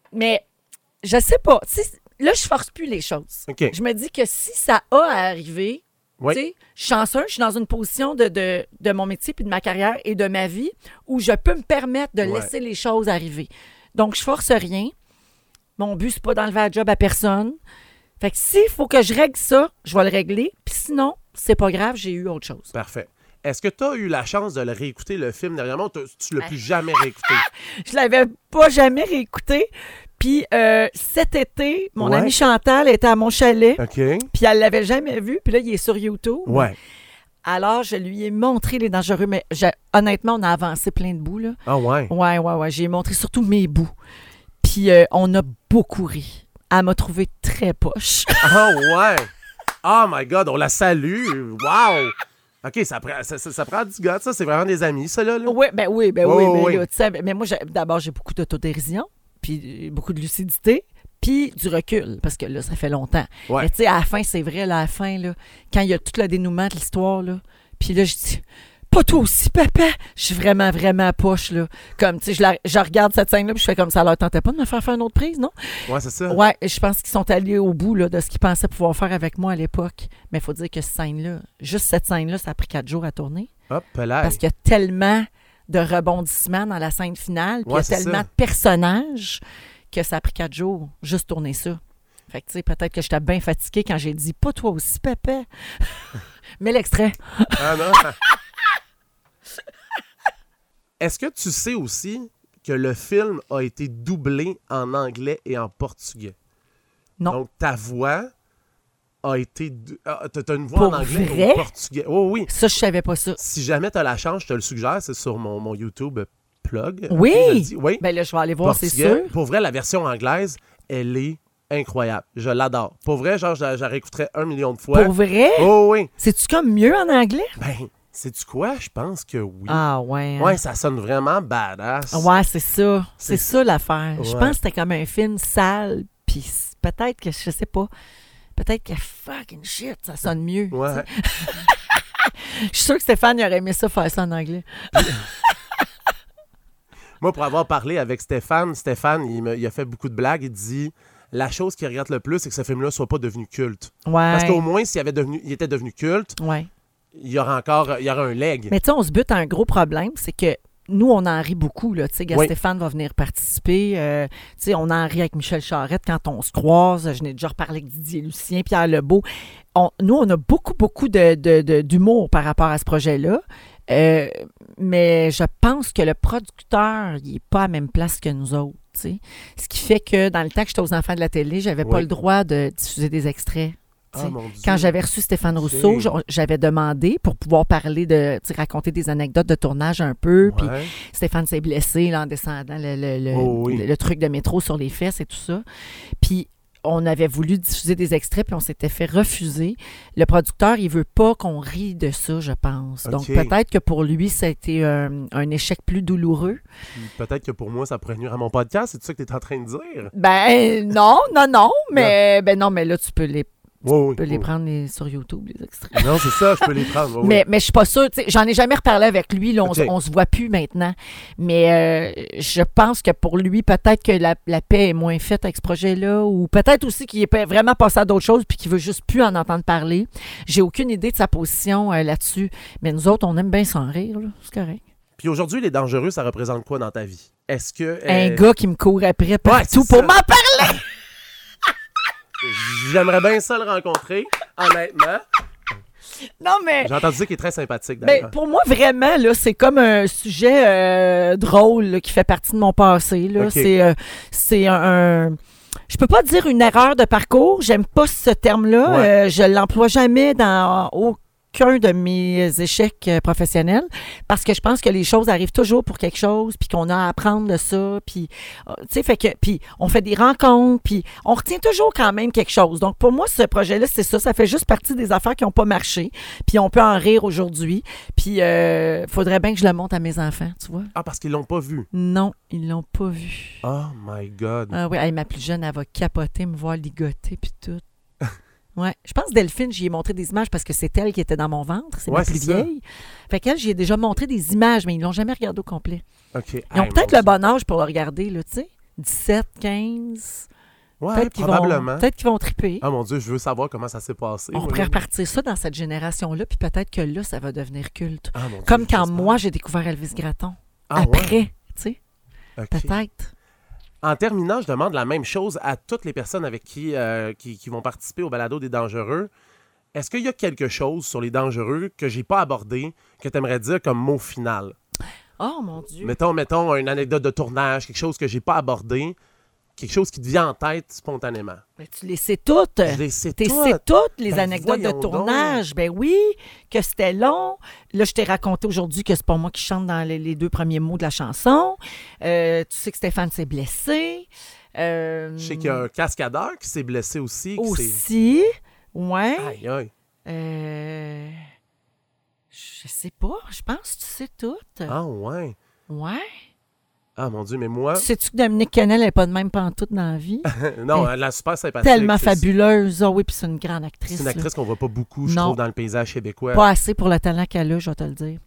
S1: mais je sais pas. Tu sais, là, je force plus les choses.
S3: OK.
S1: Je me dis que si ça a à arriver,
S3: Oui.
S1: tu sais, je suis chanceuse, je suis dans une position de, de, de mon métier puis de ma carrière et de ma vie où je peux me permettre de
S3: Ouais.
S1: laisser les choses arriver. Donc, je force rien. Mon but, c'est pas d'enlever un job à personne. Fait que s'il faut que je règle ça, je vais le régler. Puis sinon, c'est pas grave, j'ai eu autre chose.
S3: Parfait. Est-ce que tu as eu la chance de le réécouter, le film, dernièrement, ou t'as- tu l'as plus jamais réécouté?
S1: Je l'avais pas jamais réécouté. Puis euh, cet été, mon
S3: Ouais.
S1: amie Chantal était à mon chalet.
S3: OK.
S1: Puis elle l'avait jamais vu. Puis là, il est sur YouTube.
S3: Ouais.
S1: Alors, je lui ai montré les dangereux. Mais je- honnêtement, on a avancé plein de bouts, là.
S3: Ah ouais.
S1: Ouais, ouais, ouais. J'ai montré surtout mes bouts. Puis euh, on a beaucoup ri. Elle m'a trouvé très poche.
S3: Ah ouais. Oh my God, on la salue. Wow. OK, ça prend, ça, ça, ça prend du gars, ça. C'est vraiment des amis, ça, là. là.
S1: Oui, ben oui, ben
S3: Oh,
S1: oui.
S3: oui.
S1: Mais, là, tu sais, mais moi, j'ai- d'abord, j'ai beaucoup d'autodérision, puis beaucoup de lucidité, puis du recul, parce que là, ça fait longtemps.
S3: Ouais.
S1: Mais tu sais, à la fin, c'est vrai, là, à la fin, là, quand il y a tout le dénouement de l'histoire, là, puis là, je dis... Pas toi aussi, papa! Je suis vraiment, vraiment poche, là. Comme, tu sais, je, la- je regarde cette scène-là, puis je fais comme ça. leur tentait pas de me faire faire une autre prise, non?
S3: Ouais, c'est ça.
S1: Ouais, je pense qu'ils sont allés au bout là, de ce qu'ils pensaient pouvoir faire avec moi à l'époque. Mais il faut dire que cette scène-là, juste cette scène-là, ça a pris quatre jours à tourner.
S3: Hop là.
S1: Parce qu'il y a tellement de rebondissements dans la scène finale, puis il y
S3: Ouais,
S1: a
S3: c'est
S1: tellement
S3: ça.
S1: de personnages que ça a pris quatre jours juste tourner ça. Fait que, tu sais, peut-être que j'étais bien fatiguée quand j'ai dit « Pas toi aussi, papa! » Mais l'extrait.
S3: Ah non. Est-ce que tu sais aussi que le film a été doublé en anglais et en portugais?
S1: Non.
S3: Donc, ta voix a été... dou- ah, T'as t'as une voix
S1: Pour
S3: en anglais
S1: vrai?
S3: et en portugais. Oh oui.
S1: Ça, je savais pas ça.
S3: Si jamais tu as la chance, je te le suggère, c'est sur mon, mon YouTube plug.
S1: Oui!
S3: Ok, je le dis. Oui.
S1: Ben là, je vais aller voir, c'est
S3: Portugais.
S1: sûr.
S3: Pour vrai, la version anglaise, elle est incroyable. Je l'adore. Pour vrai, genre, je la je la réécouterais un million de fois.
S1: Pour vrai?
S3: Oh oui.
S1: C'est-tu comme mieux en anglais?
S3: Ben, sais-tu quoi? Je pense que oui.
S1: Ah ouais. hein?
S3: Ouais, ça sonne vraiment badass.
S1: Ouais, c'est ça. C'est
S3: C'est-
S1: ça l'affaire. Je
S3: Ouais.
S1: pense que c'était comme un film sale, puis c- peut-être que, je sais pas, peut-être que fucking shit, ça sonne mieux.
S3: Ouais.
S1: Je suis sûre que Stéphane il aurait aimé ça faire ça en anglais.
S3: Moi, pour avoir parlé avec Stéphane, Stéphane, il, me- il a fait beaucoup de blagues. Il dit la chose qu'il regrette le plus, c'est que ce film-là soit pas devenu culte.
S1: Ouais.
S3: Parce qu'au moins, s'il avait devenu, il était devenu culte,
S1: Ouais.
S3: il y aura encore il y aura un leg.
S1: Mais tu sais, on se bute à un gros problème, c'est que nous, on en rit beaucoup. Là. Tu sais, gars,
S3: Oui.
S1: Stéphane va venir participer. euh, tu sais, on en rit avec Michel Charette quand on se croise. Je n'ai déjà reparlé avec Didier Lucien, Pierre Lebeau. On- nous, on a beaucoup, beaucoup de, de- de- d'humour par rapport à ce projet-là. Euh, mais je pense que le producteur, il n'est pas à la même place que nous autres. Tu sais. Ce qui fait que dans le temps que j'étais aux enfants de la télé, j'avais pas
S3: Oui.
S1: le droit de diffuser des extraits. Tu sais,
S3: Ah, mon Dieu.
S1: quand j'avais reçu Stéphane
S3: Ok.
S1: Rousseau, j'a- j'avais demandé pour pouvoir parler de, tu sais, raconter des anecdotes de tournage un peu. Puis
S3: Ouais.
S1: Stéphane s'est blessé là, en descendant le, le- le-
S3: Oh oui.
S1: le- le truc de métro sur les fesses et tout ça. Puis on avait voulu diffuser des extraits, puis on s'était fait refuser. Le producteur, il veut pas qu'on rie de ça, je pense. Donc
S3: Ok.
S1: peut-être que pour lui, ça a été un, un échec plus douloureux.
S3: Puis Peut-être que pour moi, ça pourrait nuire à mon podcast. C'est ça que tu es en train de dire?
S1: Ben non, non, non, mais ben non, mais là, tu peux les, tu
S3: Oui, oui.
S1: peux les
S3: oui.
S1: prendre les- sur YouTube, les extraits.
S3: Non, c'est ça, je peux les prendre. oui,
S1: Mais,
S3: oui.
S1: mais je suis pas sûre. tu sais, J'en ai jamais reparlé avec lui. Là, on,
S3: OK.
S1: s- on se voit plus maintenant. Mais euh, je pense que pour lui, peut-être que la, la paix est moins faite avec ce projet-là. Ou peut-être aussi qu'il est pas- vraiment passé à d'autres choses puis qu'il veut juste plus en entendre parler. J'ai aucune idée de sa position euh, là-dessus. Mais nous autres, on aime bien s'en rire. là. C'est correct.
S3: Puis aujourd'hui, les dangereux, ça représente quoi dans ta vie? Est-ce que...
S1: Un
S3: euh,
S1: gars qui me court après partout
S3: c'est
S1: pour
S3: ça.
S1: m'en parler.
S3: J'aimerais bien ça le rencontrer, honnêtement.
S1: Non, mais...
S3: J'ai entendu dire qu'il est très sympathique,
S1: Ben,
S3: d'ailleurs.
S1: pour moi, vraiment, là, c'est comme un sujet euh, drôle là, qui fait partie de mon passé. Là.
S3: OK.
S1: C'est, euh, c'est un, un- Je peux pas dire une erreur de parcours. J'aime pas ce terme-là.
S3: Ouais.
S1: Euh, je l'emploie jamais dans aucun de mes échecs euh, professionnels parce que je pense que les choses arrivent toujours pour quelque chose puis qu'on a à apprendre de ça. Puis, euh, tu sais, fait que... Puis, on fait des rencontres puis on retient toujours quand même quelque chose. Donc, pour moi, ce projet-là, c'est ça. Ça fait juste partie des affaires qui n'ont pas marché. Puis, on peut en rire aujourd'hui. Puis, euh, faudrait bien que je le montre à mes enfants, tu vois.
S3: Ah, parce qu'ils l'ont pas vu.
S1: Non, ils l'ont pas vu.
S3: Oh my God.
S1: Ah oui, hey, ma plus jeune, elle va capoter, me voir ligoter puis tout. Ouais. Je pense Delphine, j'y ai montré des images parce que c'est elle qui était dans mon ventre. C'est
S3: Ouais,
S1: ma plus
S3: c'est ça.
S1: vieille. Fait qu'elle, j'y ai déjà montré des images, mais ils l'ont jamais regardé au complet.
S3: OK.
S1: Ils ont
S3: Hey,
S1: peut-être
S3: mon
S1: le bon âge pour le regarder, là, tu sais. dix-sept, quinze.
S3: Ouais,
S1: Peut-être qu'ils
S3: probablement.
S1: vont, peut-être qu'ils vont triper.
S3: Ah mon Dieu, je veux savoir comment ça s'est passé.
S1: On
S3: moi,
S1: pourrait
S3: là.
S1: repartir ça dans cette génération-là, puis peut-être que là, ça va devenir culte.
S3: Ah, mon Dieu,
S1: Comme quand
S3: j'espère.
S1: moi, j'ai découvert Elvis Gratton.
S3: Ah,
S1: Après,
S3: ouais?
S1: tu sais,
S3: OK.
S1: peut-être.
S3: En terminant, je demande la même chose à toutes les personnes avec qui, euh, qui, qui vont participer au balado des dangereux. Est-ce qu'il y a quelque chose sur les dangereux que j'ai pas abordé que tu aimerais dire comme mot final?
S1: Oh, mon Dieu.
S3: Mettons, mettons une anecdote de tournage, quelque chose que j'ai pas abordé, quelque chose qui te vient en tête spontanément.
S1: Mais tu les sais toutes.
S3: Je les sais
S1: Tu
S3: toutes.
S1: sais toutes les
S3: Ben,
S1: anecdotes de
S3: voyons
S1: tournage. Ben oui, que c'était long. Là, je t'ai raconté aujourd'hui que c'est pas moi qui chante dans les, les deux premiers mots de la chanson. Euh, tu sais que Stéphane s'est blessé. Euh,
S3: Je sais qu'il y a un cascadeur qui s'est blessé aussi. qui s'est-
S1: Aussi. Ouais.
S3: Aïe, aïe.
S1: Euh, je sais pas. Je pense que tu sais tout.
S3: Ah ouais.
S1: Ouais.
S3: Ah mon Dieu, mais moi...
S1: Sais-tu que Dominique Kennel n'est pas de même pantoute dans la vie?
S3: non,
S1: Elle
S3: elle est super sympathique.
S1: Tellement
S3: c'est-
S1: fabuleuse. Ah oui, puis c'est une grande actrice.
S3: C'est une
S1: là.
S3: actrice qu'on voit pas beaucoup, je
S1: Non.
S3: trouve, dans le paysage québécois.
S1: Pas assez pour le talent qu'elle a, je vais te le dire.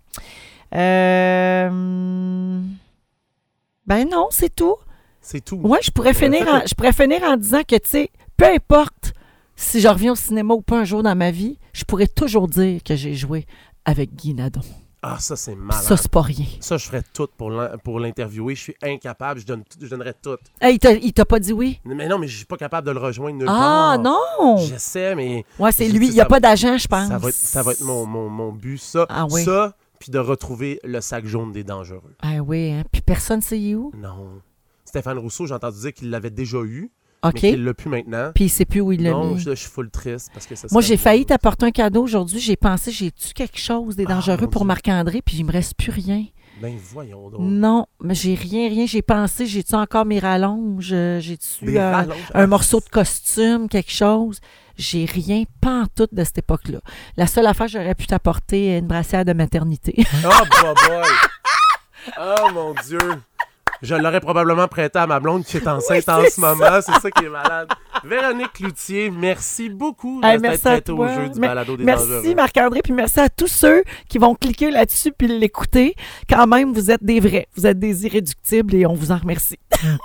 S1: Euh... Ben non, c'est tout.
S3: C'est tout.
S1: Ouais, je pourrais,
S3: Euh,
S1: finir
S3: fait
S1: en,
S3: que-
S1: je pourrais finir en disant que, tu sais, peu importe si je reviens au cinéma ou pas un jour dans ma vie, je pourrais toujours dire que j'ai joué avec Guy Nadon.
S3: Ah, ça, c'est malade.
S1: Ça, c'est pas rien.
S3: Ça, je ferais tout pour l'in- pour l'interviewer. Je suis incapable. Je, donne, tout- je donnerais tout.
S1: Hey, il t'a- il t'a pas dit oui?
S3: Mais non, mais je suis pas capable de le rejoindre nulle
S1: Ah,
S3: part.
S1: non!
S3: J'essaie, mais
S1: Ouais, c'est
S3: Je-
S1: lui.
S3: ça
S1: Il n'y a
S3: va-
S1: pas d'agent, je pense.
S3: ça va être, ça va être mon, mon, mon but. Ça,
S1: Ah oui.
S3: ça, puis de retrouver le sac jaune des dangereux.
S1: Ah oui, hein? Puis personne sait où.
S3: Non. Stéphane Rousseau, j'ai entendu dire qu'il l'avait déjà eu,
S1: OK.
S3: mais qu'il l'a plus maintenant.
S1: Puis il sait plus où il l'a
S3: Non,
S1: mis.
S3: je, je suis full triste parce que ça
S1: Moi,
S3: serait
S1: j'ai failli
S3: beau.
S1: t'apporter un cadeau aujourd'hui. J'ai pensé, j'ai-tu quelque chose des
S3: Ah,
S1: dangereux
S3: mon
S1: pour
S3: Dieu.
S1: Marc-André, puis il me reste plus rien.
S3: Ben voyons donc.
S1: Non, mais j'ai rien, rien. J'ai pensé, j'ai-tu encore mes rallonges? Euh, J'ai-tu
S3: Des
S1: euh,
S3: rallonges.
S1: un morceau de costume, quelque chose? J'ai rien, pas en tout de cette époque-là. La seule affaire, j'aurais pu t'apporter une brassière de maternité.
S3: Oh, boy, boy. Oh, mon Dieu. Je l'aurais probablement prêté à ma blonde qui est enceinte
S1: Oui,
S3: en
S1: c'est
S3: ce moment. C'est ça qui est malade. Véronique Cloutier, merci beaucoup
S1: Hey,
S3: d'être
S1: merci à
S3: prêtée au
S1: toi.
S3: jeu du
S1: Me-
S3: balado des dangereux.
S1: Merci Marc-André, puis merci à tous ceux qui vont cliquer là-dessus puis l'écouter. Quand même, vous êtes des vrais, vous êtes des irréductibles et on vous en remercie.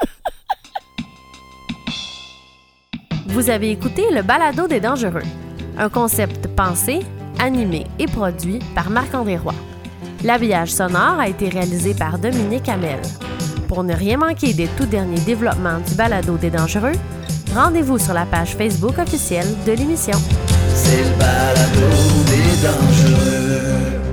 S4: Vous avez écouté le balado des dangereux, un concept pensé, animé et produit par Marc-André Roy. L'habillage sonore a été réalisé par Dominique Hamel. Pour ne rien manquer des tout derniers développements du balado des dangereux, rendez-vous sur la page Facebook officielle de l'émission.
S2: C'est le balado des dangereux.